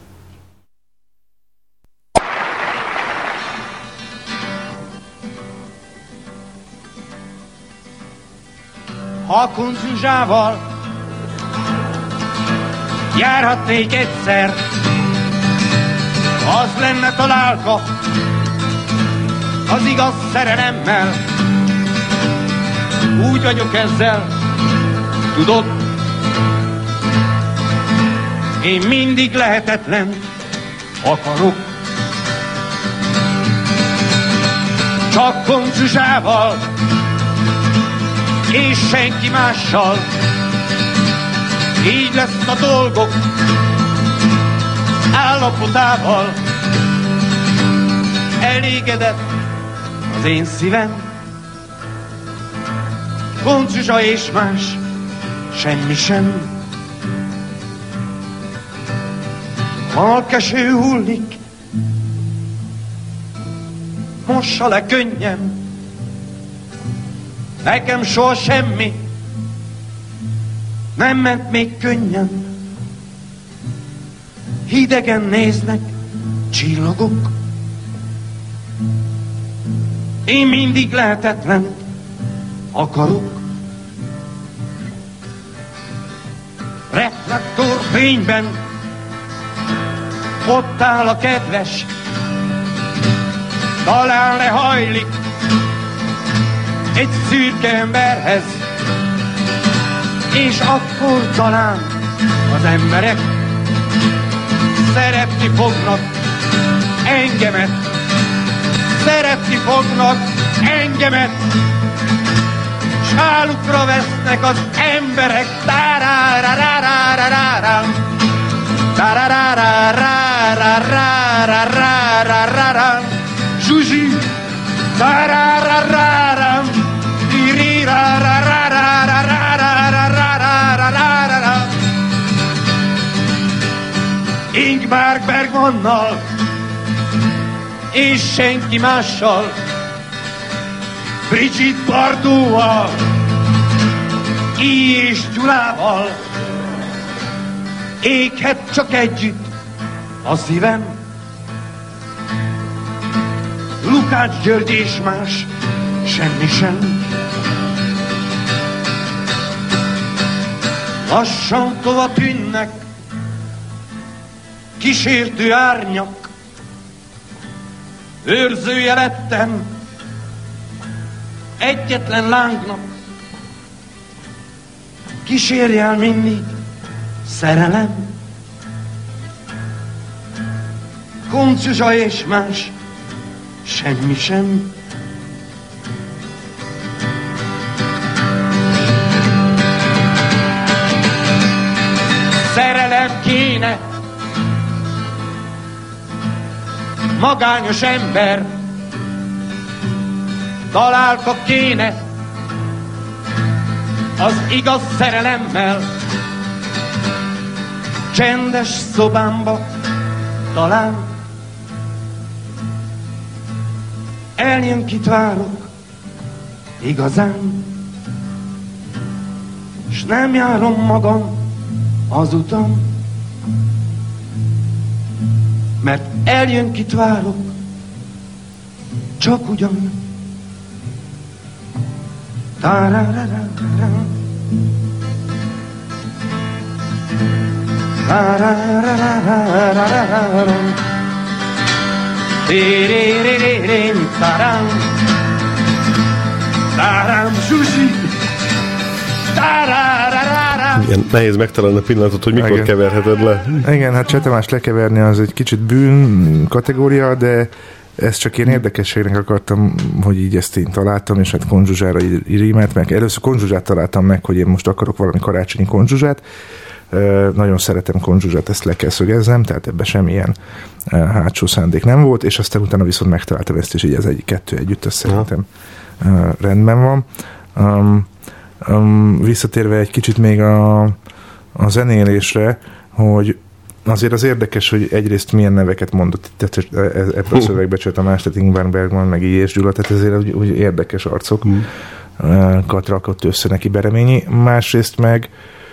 Ha Kunc-Zsuzsával járhatnék egyszer, az lenne találka az igaz szerelemmel. Úgy vagyok ezzel, tudod, én mindig lehetetlen akarok. Csak Kunc-Zsuzsával és senki mással, így lesz a dolgok állapotával. Elégedett az én szívem, Kunc-Zsuzsa és más, semmi sem. Halkeső hullik, mossa le könnyem, nekem soha semmi nem ment még könnyen. Hidegen néznek csillagok, én mindig lehetetlen akarok. Reflektorfényben ott áll a kedves, talán lehajlik egy szürke emberhez, és akkor talán az emberek szeretni fognak engemet, szeretni fognak engemet, s hálukra vesznek az emberek. Tarararararararam, tararararararararam, Zsuzsi, tararararam, tirirararararararararararararam. Ingmar Bergmannal és senki mással, Brigitte Bardot-val, I. és Gyulával éghet csak együtt a szívem. Lukács György és más, semmi sem. Lassan tova tűnnek kísértő árnyak, őrzője lettem egyetlen lángnak. Kísérj el mindig szerelem, Kunc-Zsuzsa és más, semmi sem. Szerelem kéne, magányos ember, találka kéne az igaz szerelemmel. Csendes szobámba talán eljön, kit várok igazán, s nem járom magam az utam, mert eljön, kit várok, csak ugyan. Tarararararam, tarararararam, tiriririririm, taram, taram, Zsuzsi, tararararam. Igen, nehéz megtalálni a pillanatot, hogy mikor igen. Keverheted le. Igen, hát Cseh Tamást lekeverni az egy kicsit bűn kategória, de ezt csak én érdekességnek akartam, hogy így ezt én találtam, és hát Kunc-Zsuzsára rímelt meg. Először Kunc-Zsuzsát találtam meg, hogy én most akarok valami karácsonyi Kunc-Zsuzsát, nagyon szeretem Conjure-t, ezt le kell szögezzem, tehát ebben semmilyen hátsó szándék nem volt, és aztán utána viszont megtaláltam ezt, és így az kettő együtt, azt szerintem rendben van. Visszatérve egy kicsit még a zenélésre, hogy azért az érdekes, hogy egyrészt milyen neveket mondott ebből a szövegbe, Cseh Tamás, tehát Ingmar Bergman, meg I.S. Gyula, tehát ezért úgy érdekes arcokat rakott össze neki Bereményi. Másrészt meg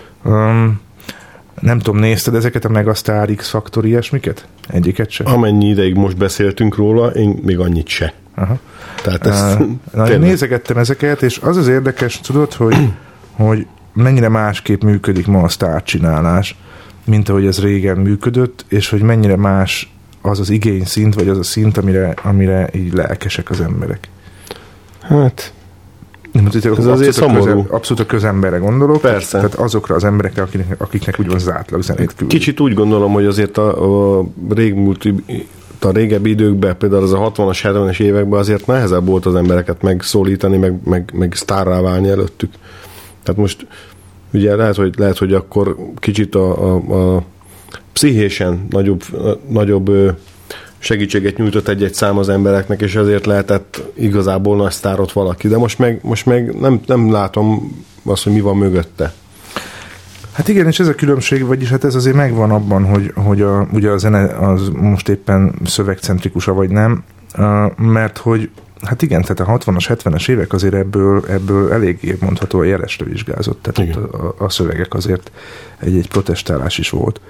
nem tudom, nézted ezeket a Megasztár, X-Factor, ilyesmiket? Egyiket se? Amennyi ideig most beszéltünk róla, én még annyit se. Aha. Tehát ezt én nézegettem ezeket, és az érdekes, tudod, hogy mennyire másképp működik ma a sztárcsinálás, mint ahogy ez régen működött, és hogy mennyire más az az igényszint, vagy az a szint, amire így lelkesek az emberek. Hát... Ez azért szomorú. Abszolút a közemberre gondolok. Persze. Tehát azokra az emberekre, akiknek úgy van az átlag zenét küldi. Kicsit úgy gondolom, hogy azért a régebbi időkben, például az a 60-as, 70-es években azért nehezebb volt az embereket megszólítani, meg sztárrá válni előttük. Tehát most ugye lehet, hogy akkor kicsit a pszichésen nagyobb segítséget nyújtott egy-egy szám az embereknek, és azért lehetett igazából nagy sztárot valaki. De most meg nem látom azt, hogy mi van mögötte. Hát igen, és ez a különbség, vagyis hát ez azért megvan abban, hogy ugye a zene az most éppen szövegcentrikusa vagy nem, mert hogy hát igen, tehát a 60-as, 70-es évek azért ebből eléggé mondható jelesre vizsgázott, tehát a szövegek azért egy protestálás is volt.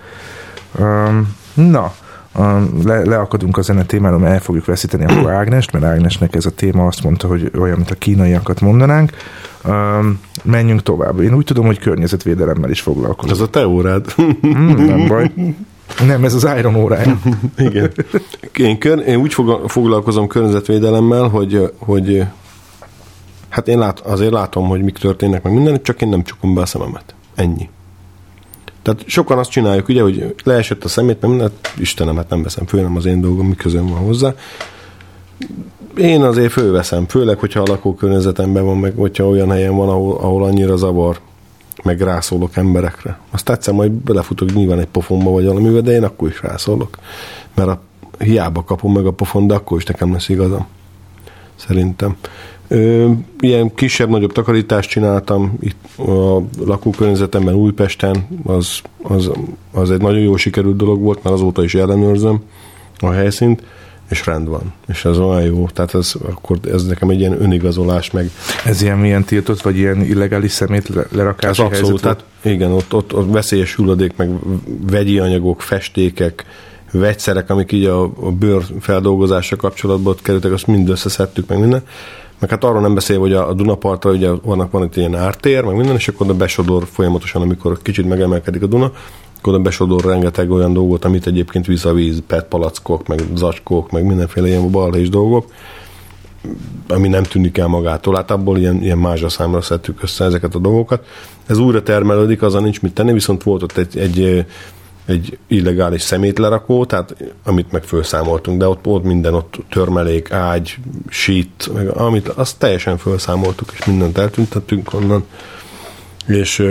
Leakadunk a zene témáról, mert el fogjuk veszíteni akkor Ágnest, mert Ágnesnek ez a téma azt mondta, hogy olyan, mint a kínaiakat mondanánk. Menjünk tovább. Én úgy tudom, hogy környezetvédelemmel is foglalkozom. Ez a te órád. Nem baj. Nem, ez az Iron órája. Igen. Én úgy foglalkozom környezetvédelemmel, hogy hát én azért látom, hogy mik történnek meg minden, csak én nem csukom be a szememet. Ennyi. Tehát sokan azt csináljuk, ugye, hogy leesett a szemét, mert minden, Istenem, hát nem veszem föl, nem az én dolgom, mi közöm van hozzá. Én azért fölveszem, főleg, hogyha a lakókörnyezetemben van, meg hogyha olyan helyen van, ahol annyira zavar, meg rászólok emberekre. Azt egyszer majd belefutok nyilván egy pofonba vagy valamivel, de én akkor is rászólok. Mert hiába kapom meg a pofon, de akkor is nekem lesz igazam. Szerintem. Ilyen kisebb-nagyobb takarítást csináltam itt a lakókörnyezetemben Újpesten, az egy nagyon jó sikerült dolog volt, mert azóta is ellenőrzöm a helyszínt, és rend van. És ez olyan jó, tehát ez nekem egy ilyen önigazolás meg. Ez ilyen tiltott, vagy ilyen illegális szemét lerakási helyzet? Abszolút, tehát igen, ott veszélyes hulladék, meg vegyi anyagok, festékek, vegyszerek, amik így a bőr feldolgozása kapcsolatban ott kerültek, azt mind összeszedtük, meg minden. Meg hát arról nem beszélve, hogy a Dunapartra ugye van itt ilyen ártér, meg minden, és akkor oda besodor folyamatosan, amikor kicsit megemelkedik a Duna, akkor oda besodor rengeteg olyan dolgot, amit egyébként visz a víz, PET palackok, meg zacskók, meg mindenféle ilyen balhés dolgok, ami nem tűnik el magától. Hát abból ilyen mázsaszámra szedtük össze ezeket a dolgokat. Ez újra termelődik, azzal nincs mit tenni, viszont volt ott egy illegális szemétlerakó, tehát amit meg felszámoltunk, de ott minden, ott törmelék, ágy, sít, meg azt teljesen felszámoltuk, és mindent eltüntettünk onnan, és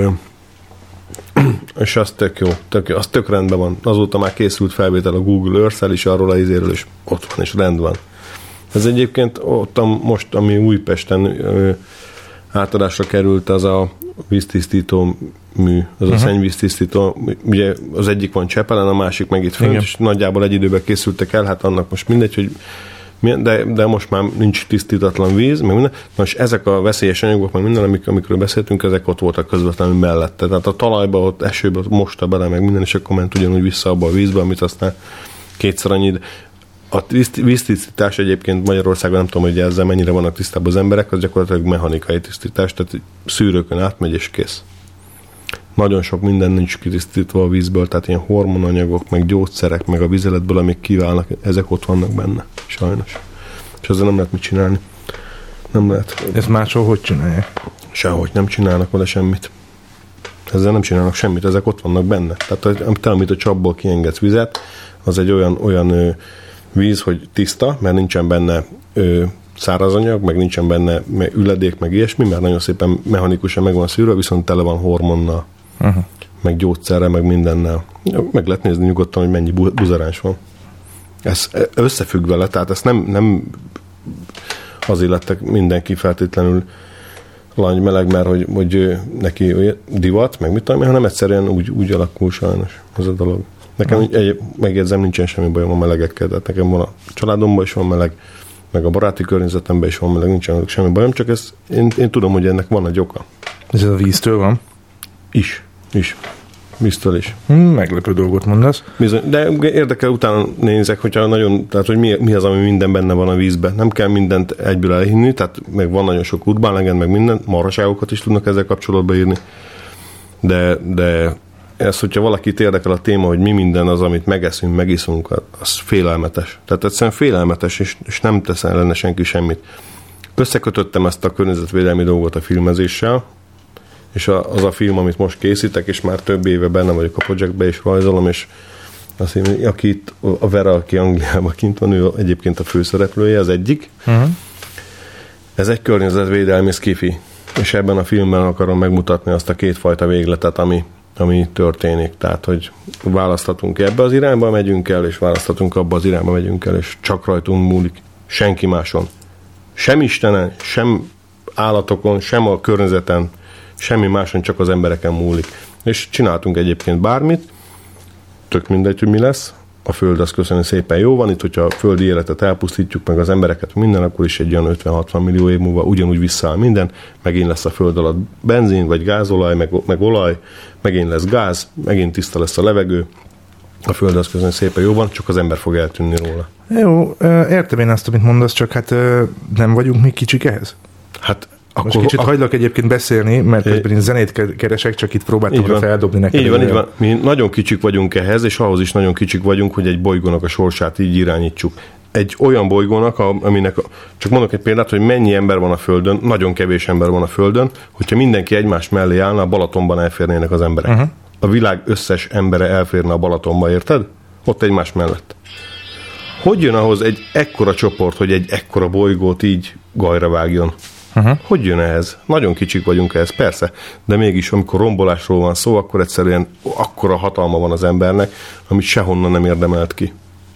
az tök jó, az tök rendben van. Azóta már készült felvétel a Google Earth-el is arról a izéről, és ott van, és rend van. Ez egyébként ott most, ami Újpesten átadásra került, az a víztisztító mű, az a szennyvíztisztító, ugye az egyik van Csepelen, a másik meg itt fönt, és nagyjából egy időben készültek el, hát annak most mindegy, hogy de most már nincs tisztítatlan víz, meg minden. Na, és ezek a veszélyes anyagok, meg minden, amikről beszéltünk, ezek ott voltak közvetlenül mellette. Tehát a talajba, ott esőbe, ott mosta bele, meg minden, és akkor ment ugyanúgy vissza abba a vízbe, amit aztán kétszer annyi. A víztisztítás egyébként Magyarországon, nem tudom, hogy ezzel mennyire vannak tisztában az emberek, az gyakorlatilag mechanikai tisztítás, tehát szűrőkön átmegy és kész. Nagyon sok minden nincs kitisztítva a vízből, tehát ilyen hormonanyagok, meg gyógyszerek, meg a vizeletből, amik kiválnak, ezek ott vannak benne, sajnos. És ezzel nem lehet mit csinálni. Nem lehet. Ez máshol hogy csinálják? Sehogy nem csinálnak vele semmit. Ezzel nem csinálnak semmit, ezek ott vannak benne. Tehát amit a csapból kiengedsz vizet, az egy olyan víz, hogy tiszta, mert nincsen benne szárazanyag, meg nincsen benne üledék, meg ilyesmi, mert nagyon szépen mechanikusan meg van szűrve, viszont tele van hormonnal. meg gyógyszerrel, meg mindennel. Meg lehet nézni nyugodtan, hogy mennyi buzeráns van. Ez összefügg vele, tehát ezt nem azért lettek mindenki feltétlenül langy-meleg, mert hogy neki divat, meg mit tudom, hanem egyszerűen úgy alakul sajnos ez a dolog. Nekem megjegyzem, nincsen semmi bajom a melegekkel, tehát nekem van a családomban is van meleg, meg a baráti környezetemben is van meleg, nincsen semmi bajom, csak én tudom, hogy ennek van egy oka. Ez a víztől van? Is. Víztől is. Meglepő dolgot mondasz. Bizony, de érdekel, utána nézek, hogyha nagyon, tehát hogy mi az, ami minden benne van a vízben. Nem kell mindent egyből elhinni, tehát meg van nagyon sok útbánlegend, meg minden, marhaságokat is tudnak ezzel kapcsolatban írni. De ez, hogyha valakit érdekel a téma, hogy mi minden az, amit megeszünk, megiszunk, az félelmetes. Tehát egyszerűen félelmetes, és nem tesz ellene senki semmit. Összekötöttem ezt a környezetvédelmi dolgot a filmezéssel, és az a film, amit most készítek, és már több éve benne vagyok a projektben, és rajzolom, és azt mondja, aki itt, a Vera, aki Angliában kint van, ő egyébként a főszereplője, az egyik. Uh-huh. Ez egy környezetvédelmi skifi, és ebben a filmben akarom megmutatni azt a kétfajta végletet, ami történik. Tehát, hogy választhatunk ebbe az irányba megyünk el, és választhatunk abba az irányba megyünk el, és csak rajtunk múlik, senki máson. Sem Istenen, sem állatokon, sem a környezeten, semmi máson, csak az embereken múlik. És csináltunk egyébként bármit, tök mindegy, hogy mi lesz. A Föld az köszönni szépen jó van, itt, hogyha a földi életet elpusztítjuk, meg az embereket, minden, akkor is egy olyan 50-60 millió év múlva ugyanúgy visszaáll minden, megint lesz a Föld alatt benzin, vagy gázolaj, meg olaj, megint lesz gáz, megint tiszta lesz a levegő. A Föld az köszönni szépen jó van, csak az ember fog eltűnni róla. Jó, értem én azt, amit mondasz, csak hát nem vagyunk mi kicsik ehhez? Hát most kicsit hagylak egyébként beszélni, mert közben én zenét keresek, csak itt próbáltam feldobni neked. Így van. Mi nagyon kicsik vagyunk ehhez, és ahhoz is nagyon kicsik vagyunk, hogy egy bolygónak a sorsát így irányítsuk. Egy olyan bolygónak, aminek, csak mondok egy példát, hogy mennyi ember van a Földön, nagyon kevés ember van a Földön, hogyha mindenki egymás mellé állna, a Balatonban elférnének az emberek. Uh-huh. A világ összes embere elférne a Balatonba, érted? Ott egymás mellett. Hogy jön ahhoz egy ekkora csoport, hogy egy ekkora bolygót így gajra vágjon? Uh-huh. Hogy jön ehhez? Nagyon kicsik vagyunk ehhez, persze, de mégis, amikor rombolásról van szó, akkor egyszerűen akkora hatalma van az embernek, amit sehonnan nem érdemelt ki.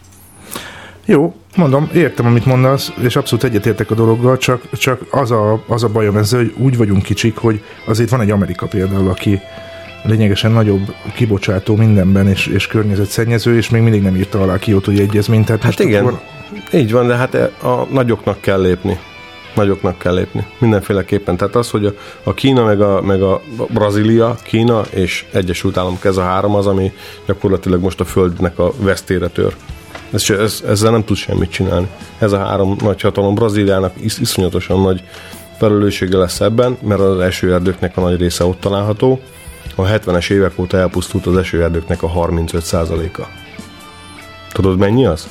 Jó, mondom, értem, amit mondasz, és abszolút egyetértek a dologgal, csak az a bajom ezzel, hogy úgy vagyunk kicsik, hogy azért van egy Amerika például, aki lényegesen nagyobb kibocsátó mindenben, és környezetszennyező, és még mindig nem írta alá a Kyotói Egyezményt. Hát igen, akkor... így van, de hát a nagyoknak kell lépni. Nagyoknak kell lépni. Mindenféleképpen. Tehát az, hogy a Kína meg a Brazília, Kína és Egyesült Államok, ez a három az, ami gyakorlatilag most a Földnek a vesztére tör. Ezzel nem tud semmit csinálni. Ez a három nagyhatalom Brazíliának iszonyatosan nagy felelőssége lesz ebben, mert az esőerdőknek a nagy része ott található. A 70-es évek óta elpusztult az esőerdőknek a 35%-a. Tudod, mennyi az?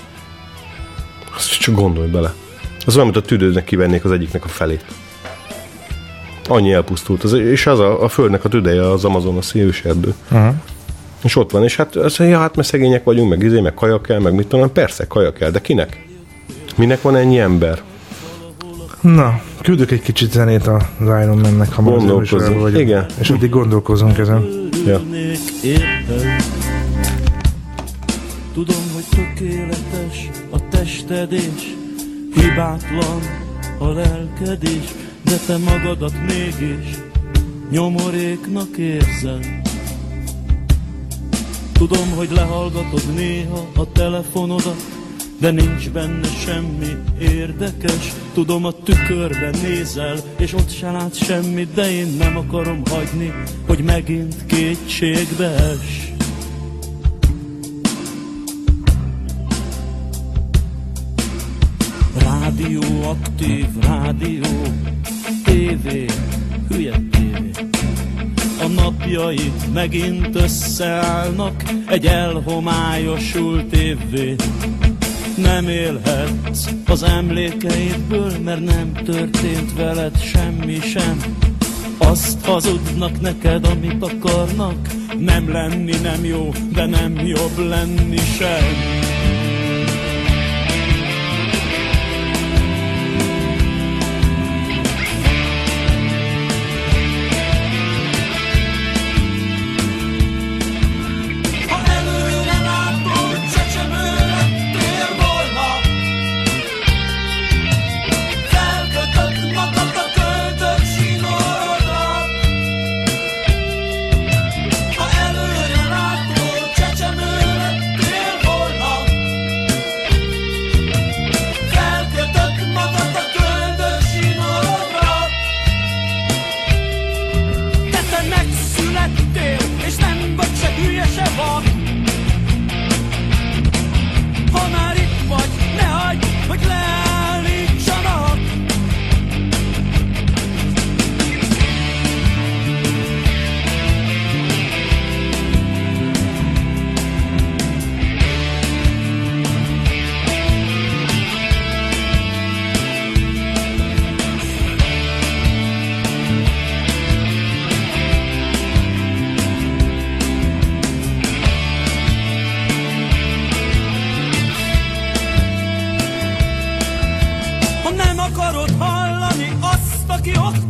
Azt csak gondolj bele. Az olyan, mint a tüdődnek kivennék az egyiknek a felét. Annyi elpusztult. És az a Földnek a tüdeje az Amazonas őserdő. Uh-huh. És ott van, és hát azt mondja, hát mert szegények vagyunk, meg kaja kell, meg mit tudom, persze, kaja kell, de kinek? Minek van ennyi ember? Na, küldök egy kicsit zenét az Iron Man-nek, ha gondolkozunk, vagyok. Igen. És addig gondolkozunk ezen. Ja. Tudom, hogy tökéletes a tested és hibátlan a lelkedés, de te magadat mégis nyomoréknak érzed. Tudom, hogy lehallgatod néha a telefonodat, de nincs benne semmi érdekes. Tudom, a tükörben nézel, és ott se látsz semmit, de én nem akarom hagyni, hogy megint kétségbe ess. Rádió, aktív rádió, tévé, hülye tévé. A napjaid megint összeállnak egy elhomályosult évvé. Nem élhetsz az emlékeidből, mert nem történt veled semmi sem. Azt hazudnak neked, amit akarnak, nem lenni nem jó, de nem jobb lenni sem.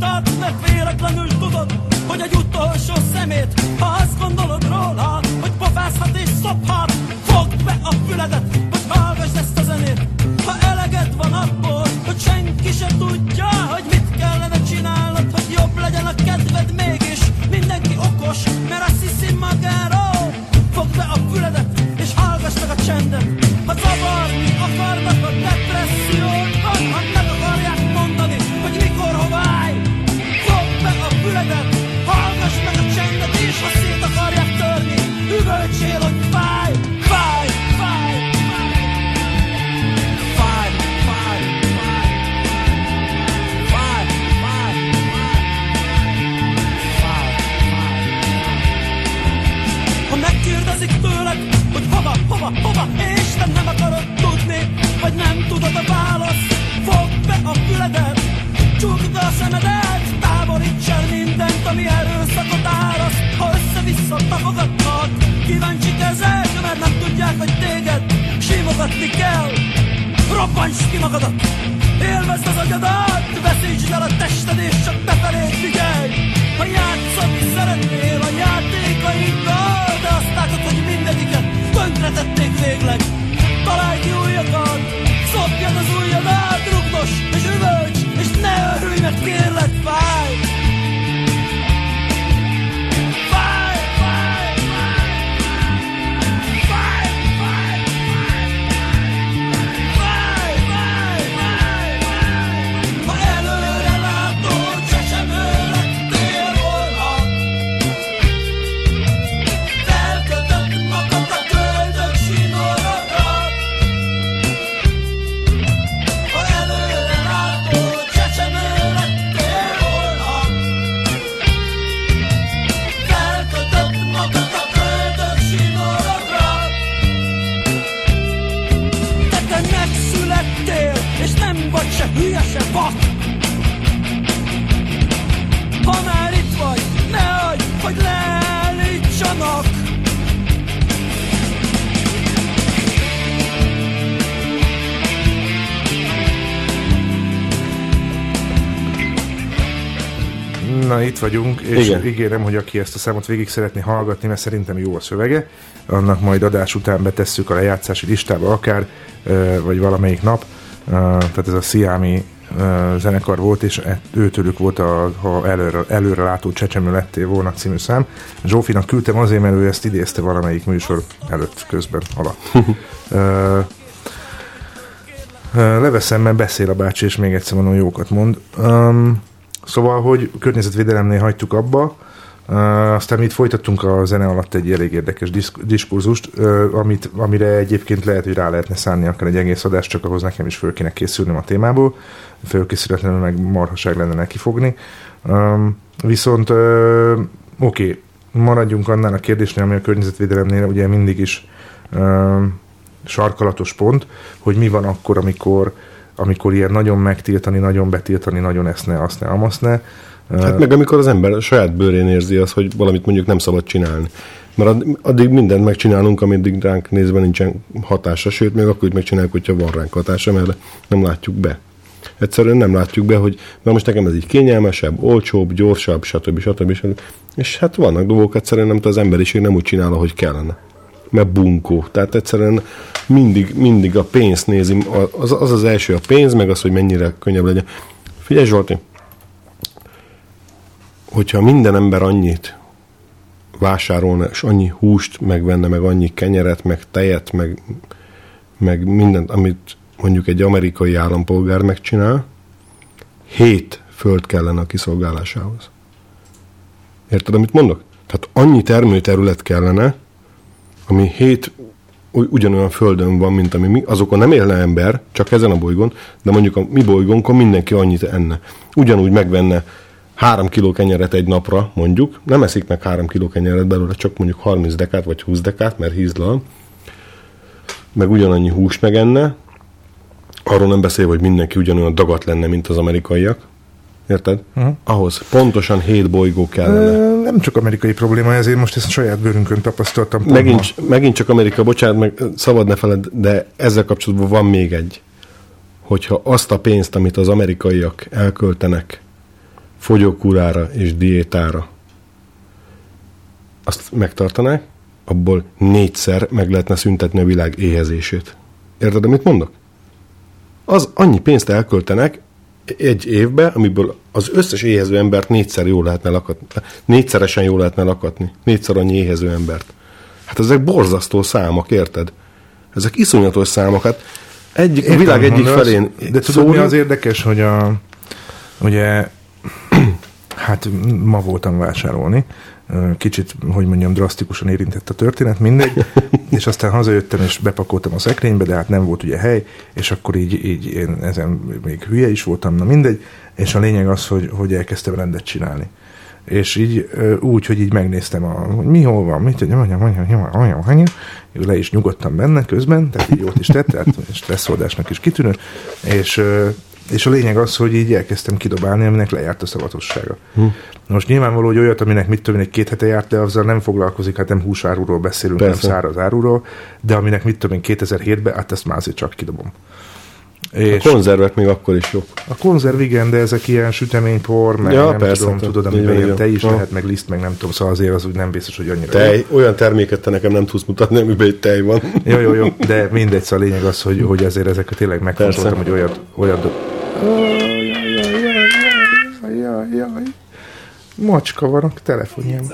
mondtad, mert véletlenül tudod, hogy egy utolsó szemét, ha azt gondolod róla, hogy pofázhat és szophat, fogd be a füledet, hogy hallgass ezt a zenét. Ha eleged van abból, hogy senki se tudja, hogy mit kellene csinálnod, hogy jobb legyen a kedved mégis. Mindenki okos, mert azt hiszi magáról. Fogd be a füledet, és hallgass meg a csendet. Ha zavarni akarnak a depressziódban, ha meg akarják mondani, hogy mikor, hova állj. Fogd be a füledet, hallgass meg a csendet, és ha szét akarják törni, üvöltsél, hogy fáj, fáj, fáj, fáj, fáj, fáj, fáj, fáj, fáj. Ha megkérdezik tőled, hogy hova, és te nem akarod tudni, vagy nem tudod a választ, fogd be a füledet, csukd be a szemedet, távolíts el mindent, ami erőszakot áraszt. Ha össze-vissza tapogatnak, kíváncsi kezek, mert nem tudják, hogy téged simogatni kell. Robbancs ki magadat, élvezd az agyadat, veszítsd el a tested, és csak befelé figyelj. Ha játszani szeretnél a játékaiddal, de azt látod, hogy mindegyiket tönkretették végleg. Találj ki újakat, szopjad az ujjadat, rugdos és üvölts, és ne örülj, mert kérlek, fáj. Fáj, fáj, fáj, fáj, fáj, fáj, fáj, fáj, fáj. Ha előre látod, csecsemő lettél volna, felkötött magad a köldök sínorodra. Ha előre látod, csecsemő lettél volna, felkötött magad a köldök sínorodra. Te megszülettél, és nem vagy se hülye, se vak. Ha már itt vagy, ne hagyd, hogy leállítsanak. Na, itt vagyunk, és Igen. ígérem, hogy aki ezt a számot végig szeretné hallgatni, mert szerintem jó a szövege, annak majd adás után betesszük a lejátszási listába akár, vagy valamelyik nap. Tehát ez a Sziámi zenekar volt, és őtőlük volt ha előre látó csecsemő lettél volna című szám. Zsófinak küldtem azért, mert ő ezt idézte valamelyik műsor előtt, közben, alatt. Leveszem, mert beszél a bácsi, és még egyszer mondom, jókat mond. Szóval, hogy környezetvédelemnél hagytuk abba, aztán mi itt folytattunk a zene alatt egy elég érdekes diskurzust, amire egyébként lehet, hogy rá lehetne szánni akár egy egész adást, csak ahhoz nekem is föl kéne készülnöm a témából, fölkészületlenül meg marhaság lenne neki fogni. Viszont oké, maradjunk annál a kérdésnél, ami a környezetvédelemnél ugye mindig is sarkalatos pont, hogy mi van akkor, amikor ilyen nagyon megtiltani, nagyon betiltani, nagyon ezt ne, azt ne, amazt ne. Hát meg amikor az ember saját bőrén érzi azt, hogy valamit mondjuk nem szabad csinálni. Mert addig mindent megcsinálunk, ameddig ránk nézve nincsen hatása, sőt, még akkor is megcsináljuk, hogyha van ránk hatása, mert nem látjuk be. Egyszerűen nem látjuk be, hogy na most nekem ez így kényelmesebb, olcsóbb, gyorsabb, stb. És hát vannak dolgok, egyszerűen nem az emberiség nem úgy csinál, ahogy kellene. Mert bunkó. Tehát egyszerűen mindig a pénzt nézi, az első a pénz, meg az, hogy mennyire könnyebb legyen. Figyelj, Zsolti, hogyha minden ember annyit vásárolna, és annyi húst megvenne, meg annyi kenyeret, meg tejet, meg mindent, amit mondjuk egy amerikai állampolgár megcsinál, 7 föld kellene a kiszolgálásához. Érted, amit mondok? Tehát annyi termőterület kellene, ami 7 ugyanolyan földön van, mint ami mi, azokon nem élne ember, csak ezen a bolygón, de mondjuk a mi bolygónkon mindenki annyit enne. Ugyanúgy megvenne 3 kiló kenyeret egy napra, mondjuk, nem eszik meg 3 kiló kenyeret belőle, csak mondjuk 30 dekát vagy 20 dekát, mert hízlal, meg ugyanannyi húst megenne, arról nem beszél, hogy mindenki ugyanolyan dagat lenne, mint az amerikaiak. Érted? Ahhoz pontosan 7 bolygó kellene. Nem csak amerikai probléma, ezért most ezt a saját bőrünkön tapasztaltam. Megint csak Amerika, bocsánat, meg szabad ne feled, de ezzel kapcsolatban van még egy. Hogyha azt a pénzt, amit az amerikaiak elköltenek fogyókúrára és diétára, azt megtartanák, abból 4-szer meg lehetne szüntetni a világ éhezését. Érted, amit mondok? Az annyi pénzt elköltenek egy évbe, amiből az összes éhező embert 4-szer jól lehetne lakatni. 4-szeresen jól lehetne lakatni. 4-szer annyi éhező embert. Hát ezek borzasztó számok, érted? Ezek iszonyatos számok. Hát a világ egyik felén... De tudod, mi az érdekes, hogy ugye hát ma voltam vásárolni, kicsit, hogy mondjam, drasztikusan érintett a történet, mindegy, és aztán hazajöttem, és bepakoltam a szekrénybe, de hát nem volt ugye hely, és akkor így én ezen még hülye is voltam, na mindegy, és a lényeg az, hogy elkezdtem rendet csinálni. És így úgy, hogy így megnéztem, hogy mi hol van, mit mondjam, le is nyugodtam benne közben, tehát így jót is tett, tehát stresszoldásnak is kitűnő, és a lényeg az, hogy így elkezdtem kidobálni, aminek lejárt a szavatossága. Most nyilvánvaló, hogy olyat, aminek mit tudom én, egy 2 hete járt le, azzal nem foglalkozik, hát nem húsáruról beszélünk, persze, nem száraz áruról, de aminek mit tudom én 2007-ben, hát ezt már azért csak kidobom. És a konzervek még akkor is jók. A konzerv igen, de ezek ilyen süteménypor, meg ja, nem persze, tudod, amiben ilyen tej is lehet, meg liszt, meg nem tudom, szóval azért az úgy nem biztos, hogy annyira tej, jó. Olyan terméket te nekem nem tudsz mutatni, amiben egy tej van. Jó, de mindegy, szóval a lényeg az, hogy ezért ezeket tényleg megfontoltam, hogy olyat Jaj. Macska van a telefonjám.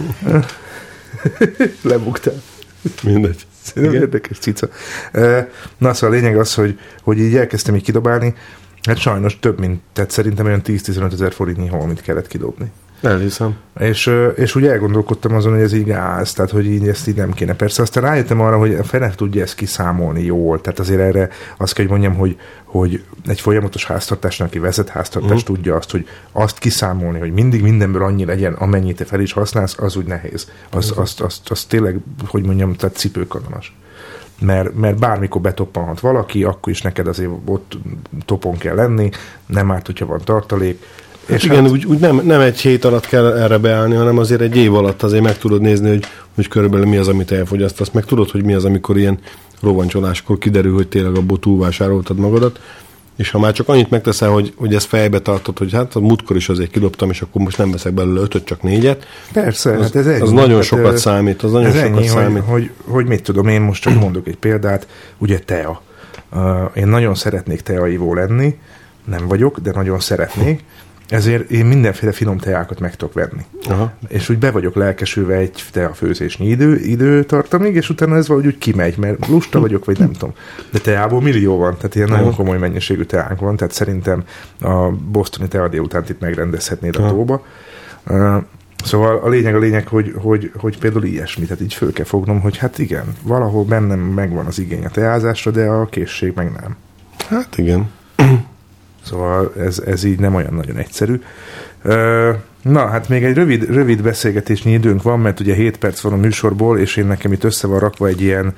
Lebuktál. Mindegy. Érdekes cica. Na, szóval a lényeg az, hogy így elkezdtem így kidobálni, hát sajnos több, mint, tehát szerintem olyan 10-15 ezer forintnyi holmit kellett kidobni. Elhiszem. És úgy elgondolkodtam azon, hogy ez így gáz, tehát hogy így ezt így nem kéne. Persze aztán rájöttem arra, hogy a fene tudja ezt kiszámolni jól, tehát azért erre azt kell, hogy mondjam, hogy egy folyamatos háztartásnak, aki vezet háztartást, tudja azt, hogy azt kiszámolni, hogy mindig mindenből annyi legyen, amennyit te fel is használsz, az úgy nehéz. Az tényleg, hogy mondjam, tehát cipőkanonas. Mert bármikor betoppanhat valaki, akkor is neked azért ott topon kell lenni, nem árt, hogyha van tartalék. És igen, hát, úgy nem egy hét alatt kell erre beállni, hanem azért egy év alatt azért meg tudod nézni, hogy körülbelül mi az, amit elfogyasztasz. Meg tudod, hogy mi az, amikor ilyen rovancsoláskor kiderül, hogy tényleg abból túlvásároltad magadat. És ha már csak annyit megteszel, hogy ezt fejbe tartod, hogy hát a múltkor is azért kidobtam, és akkor most nem veszek belőle 5-öt, csak 4-et. Persze, hát ez ennyi. Az nagyon sokat számít. Az nagyon sokat számít. Hogy mit tudom, én most csak mondok egy példát, ugye tea. Én nagyon szeretnék teaivó lenni, nem vagyok, de nagyon szeretnék. Ezért én mindenféle finom teákat meg tudok venni. Aha. És úgy be vagyok lelkesülve egy teafőzésnyi időtartamig, és utána ez valahogy úgy kimegy, mert lusta vagyok, vagy nem tudom. De teából millió van, tehát ilyen nagyon komoly mennyiségű teánk van, tehát szerintem a bostoni tea délutánt itt megrendezhetnéd a tóba. Szóval a lényeg, hogy például ilyesmi, tehát így föl kell fognom, hogy hát igen, valahol bennem megvan az igény a teázásra, de a készség meg nem. Hát igen. Szóval ez így nem olyan nagyon egyszerű. Na, hát még egy rövid beszélgetésnyi időnk van, mert ugye 7 perc van a műsorból, és én nekem itt össze van rakva egy ilyen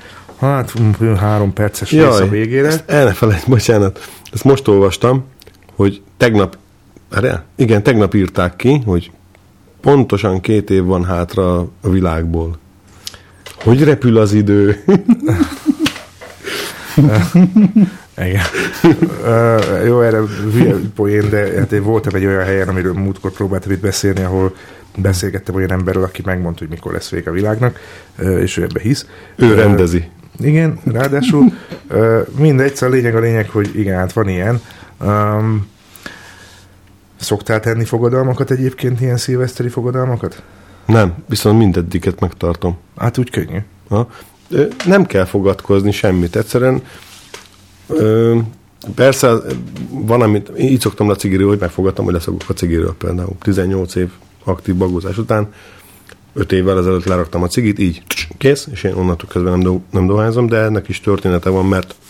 3 perces rész a végére. Ezt el ne felejt, bocsánat. Ezt most olvastam, hogy tegnap írták ki, hogy pontosan 2 év van hátra a világból. Hogy repül az idő? Igen. Jó, erre hülye poén, de hát én voltam egy olyan helyen, amiről múltkor próbáltam itt beszélni, ahol beszélgettem olyan emberrel, aki megmondta, hogy mikor lesz vége a világnak, és ő ebbe hisz. Ő rendezi. Igen, ráadásul mindegy, szóval a lényeg, hogy igen, hát van ilyen. Szoktál tenni fogadalmakat egyébként, ilyen szilveszteri fogadalmakat? Nem, viszont mindeddiket megtartom. Hát úgy könnyű. Nem kell fogadkozni semmit, egyszerűen persze van, amit így szoktam le a cigiről, hogy megfogadtam, hogy leszokok a cigiről például. 18 év aktív bagózás után 5 évvel ezelőtt leraktam a cigit, így kész, és én onnantól kezdve nem dohányzom, de ennek is története van,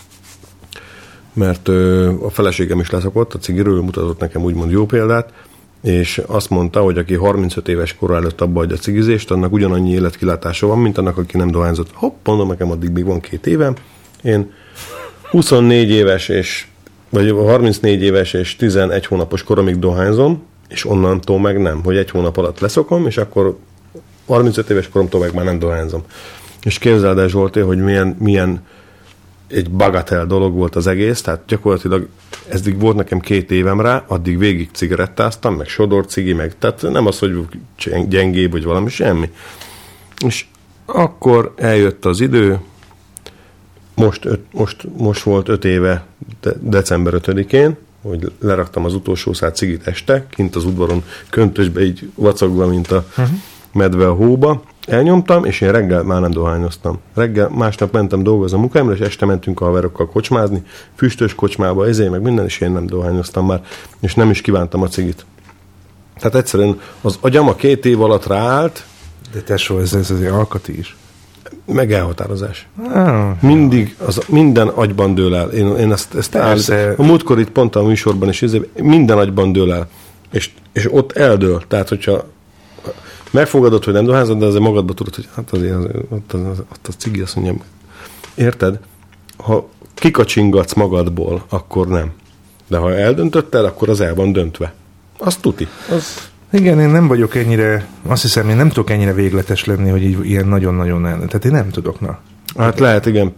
mert a feleségem is leszokott a cigiről, mutatott nekem úgymond jó példát, és azt mondta, hogy aki 35 éves kor előtt abba adja a cigizést, annak ugyanannyi életkilátása van, mint annak, aki nem dohányzott. Hopp, mondom, nekem addig még van 2 évem. Én 24 éves vagy 34 éves és 11 hónapos koromig dohányzom, és onnantól meg nem, hogy 1 hónap alatt leszokom, és akkor 35 éves koromtól meg már nem dohányzom. És képzeld el, Zsolté, hogy milyen egy bagatel dolog volt az egész, tehát gyakorlatilag eddig volt nekem 2 évem rá, addig végig cigarettáztam, meg sodorcigi, meg tehát nem az, hogy gyengébb, vagy valami, semmi. És akkor eljött az idő, most volt 5 éve, december 5-én, hogy leraktam az utolsó szál cigit este, kint az udvaron köntösbe így vacogva, mint a medve a hóba. Elnyomtam, és én reggel már nem dohányoztam. Reggel másnap mentem dolgozni a munkámra, és este mentünk a haverokkal kocsmázni, füstös kocsmába, meg minden, és én nem dohányoztam már, és nem is kívántam a cigit. Tehát egyszerűen az agyam a 2 év alatt ráállt. De tesó, ez azért alkati is. Meg elhatározás. Mindig, minden agyban dől el. Én ezt állítom. A múltkor itt pont a műsorban is minden agyban dől el. És ott eldől. Tehát, hogyha megfogadod, hogy nem dohányzod, de azért magadba tudod, hogy hát azért ott a cigi, azt mondjam. Érted? Ha kikacsingatsz magadból, akkor nem. De ha eldöntötted, akkor az el van döntve. Az tuti. Igen, én nem vagyok ennyire, azt hiszem, én nem tudok ennyire végletes lenni, hogy így ilyen nagyon-nagyon nem. Tehát én nem tudok, na. Hát lehet, igen.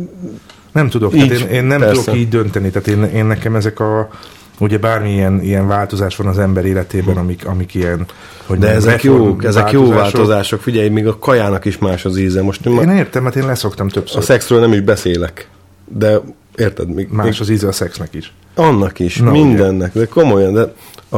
Nem tudok, így, tehát én nem persze. Tudok így dönteni, tehát én nekem ezek a, ugye bármilyen ilyen változás van az ember életében, amik ilyen, hogy de ezek jó változások, figyelj, még a kajának is más az íze. Most én értem, mert én leszoktam többször. A szexről nem is beszélek, de érted? Más az íze a szexnek is. Annak is, na, mindennek, ugye? De komolyan, de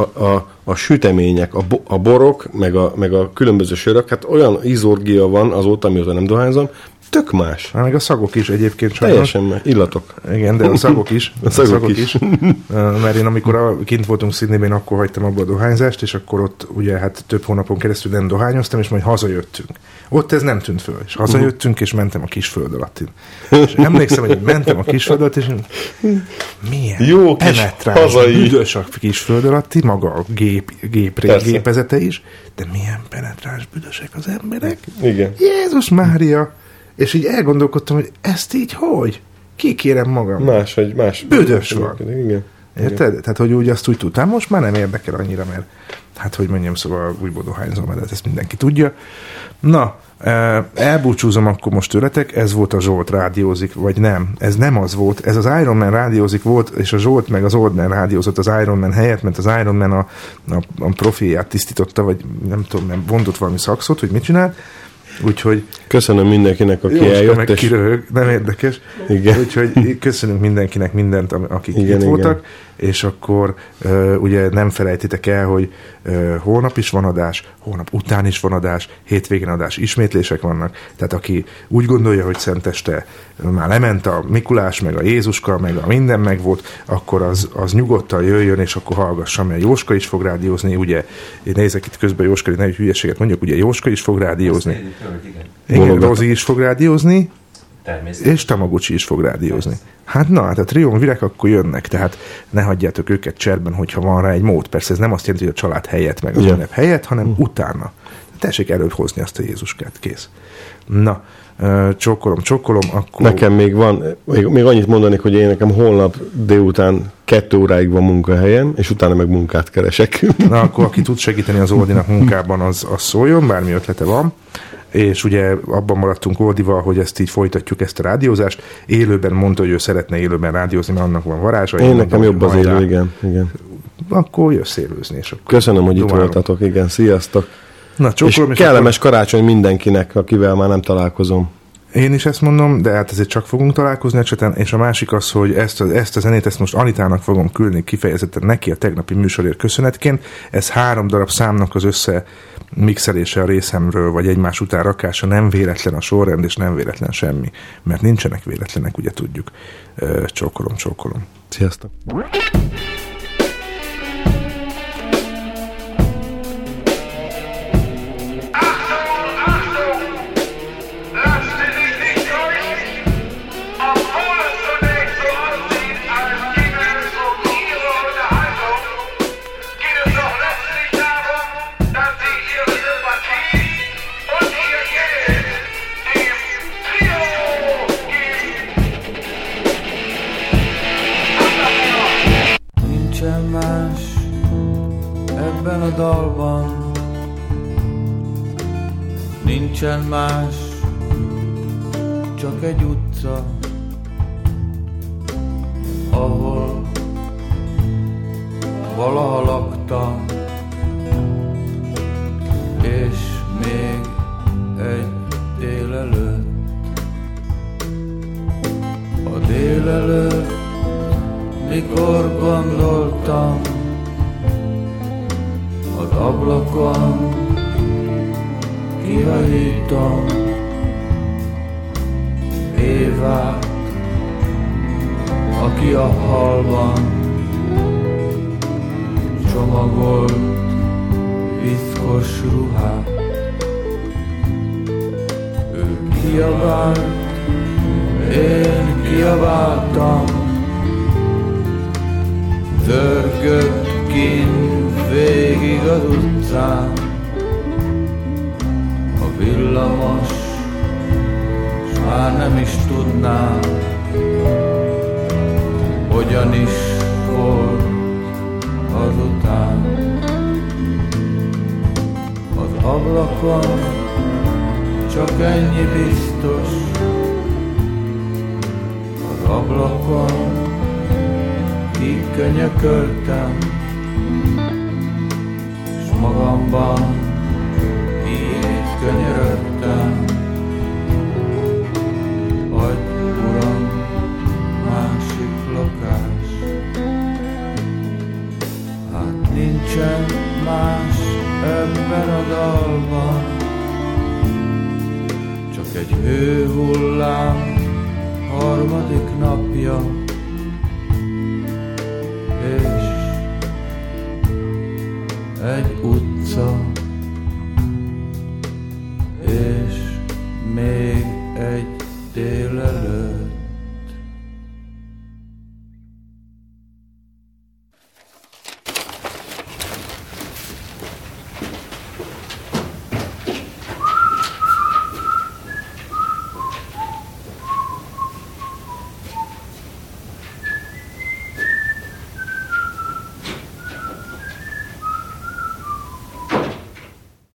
a sütemények, a borok, meg a különböző sörök, hát olyan ízorgia van azóta, amióta nem dohányzom, tök más. Meg a szagok is egyébként. Teljesen más. Illatok. Igen, de a szagok is. A szagok is. Mert én amikor kint voltunk Sydneyben, akkor hagytam abba a dohányzást, és akkor ott ugye hát több hónapon keresztül nem dohányoztam, és majd hazajöttünk. Ott ez nem tűnt föl. És hazajöttünk, és mentem a Kisföld alattin. És emlékszem, hogy mentem a Kisföld alatt, és milyen jó penetráns, büdös a Kisföld alatti, maga a gépezete is, de milyen penetráns büdösek az emberek. Igen. Jézus Mária! És így elgondolkodtam, hogy ezt így hogy? Kikérem magam. Más. Büdös van. Igen. Érted? Tehát, hogy úgy azt úgy tudtam, most már nem érdekel annyira, mert hát, hogy mondjam, szóval újból dohányzom, mert ezt mindenki tudja. Na, elbúcsúzom akkor most tőletek, ez volt a Zsolt rádiózik, vagy nem, ez nem az volt, ez az Iron Man rádiózik volt, és a Zsolt meg az Old Man rádiózott az Iron Man helyett, mert az Iron Man a profilját tisztította, vagy nem tudom, nem mondott valami szakszot, hogy mit csinált. Úgyhogy köszönöm mindenkinek, aki eljött. Meg kiröhög, nem érdekes. Igen. Úgyhogy köszönünk mindenkinek mindent, akik itt voltak, és akkor ugye nem felejtitek el, hogy holnap is van adás, holnap után is van adás, hétvégén adás, ismétlések vannak, tehát aki úgy gondolja, hogy szenteste már lement a Mikulás, meg a Jézuska, meg a minden megvolt, akkor az nyugodtan jöjjön, és akkor hallgassa, mert Jóska is fog rádiózni, ugye, én nézek itt közben Jóska, ne hülyeséget mondjuk, ugye Jóska is fog rádiózni. Igen, Rozi is fog rádiózni, és Tamagocsi is fog rádiózni. Hát na, hát a triumvirek akkor jönnek, tehát ne hagyjátok őket cserben, hogyha van rá egy mód. Persze ez nem azt jelenti, hogy a család helyett, meg az ünnep helyett, hanem utána. Tessék előbb hozni azt a Jézuskát, kész. Na, csókolom, akkor... Nekem még van, még annyit mondanék, hogy én nekem holnap délután 2 óráig van munkahelyem, és utána meg munkát keresek. Na, akkor aki tud segíteni az Oldinak munkában, az szóljon, bármi ötlete van. És ugye abban maradtunk Oldival, hogy ezt így folytatjuk, ezt a rádiózást. Élőben mondta, hogy ő szeretne élőben rádiózni, mert annak van varázsa. Én nekem jobb az élő, igen. Akkor jössz élőzni. És akkor köszönöm, hogy itt voltatok, igen, sziasztok. Na, és kellemes karácsony mindenkinek, akivel már nem találkozom. Én is ezt mondom, de hát ezért csak fogunk találkozni a cseten, és a másik az, hogy ezt a zenét, ezt most Anitának fogom küldni kifejezetten neki a tegnapi műsorért köszönetként. Ez 3 darab számnak az összemixelése a részemről, vagy egymás után rakása, nem véletlen a sorrend, és nem véletlen semmi, mert nincsenek véletlenek, ugye tudjuk. Csókolom. Sziasztok! Dalban nincsen más, csak egy utca, ahol valaha laktam, és még egy délelőtt. A délelőtt, mikor gondoltam, az ablakon kihajítom Évát, aki a halban csomagolt piszkos ruhát. Ő kiabált, én kiabáltam, zörgött kint végig az utcán a villamos, s már nem is tudnám, hogyan is volt azután. Az ablakon csak ennyi biztos, az ablakon kikönyököltem, s magamban így könyörögtem. Adj, Uram, másik lakás. Hát nincsen más ebben a dalban, csak egy hőhullám harmadik napja, és egy utca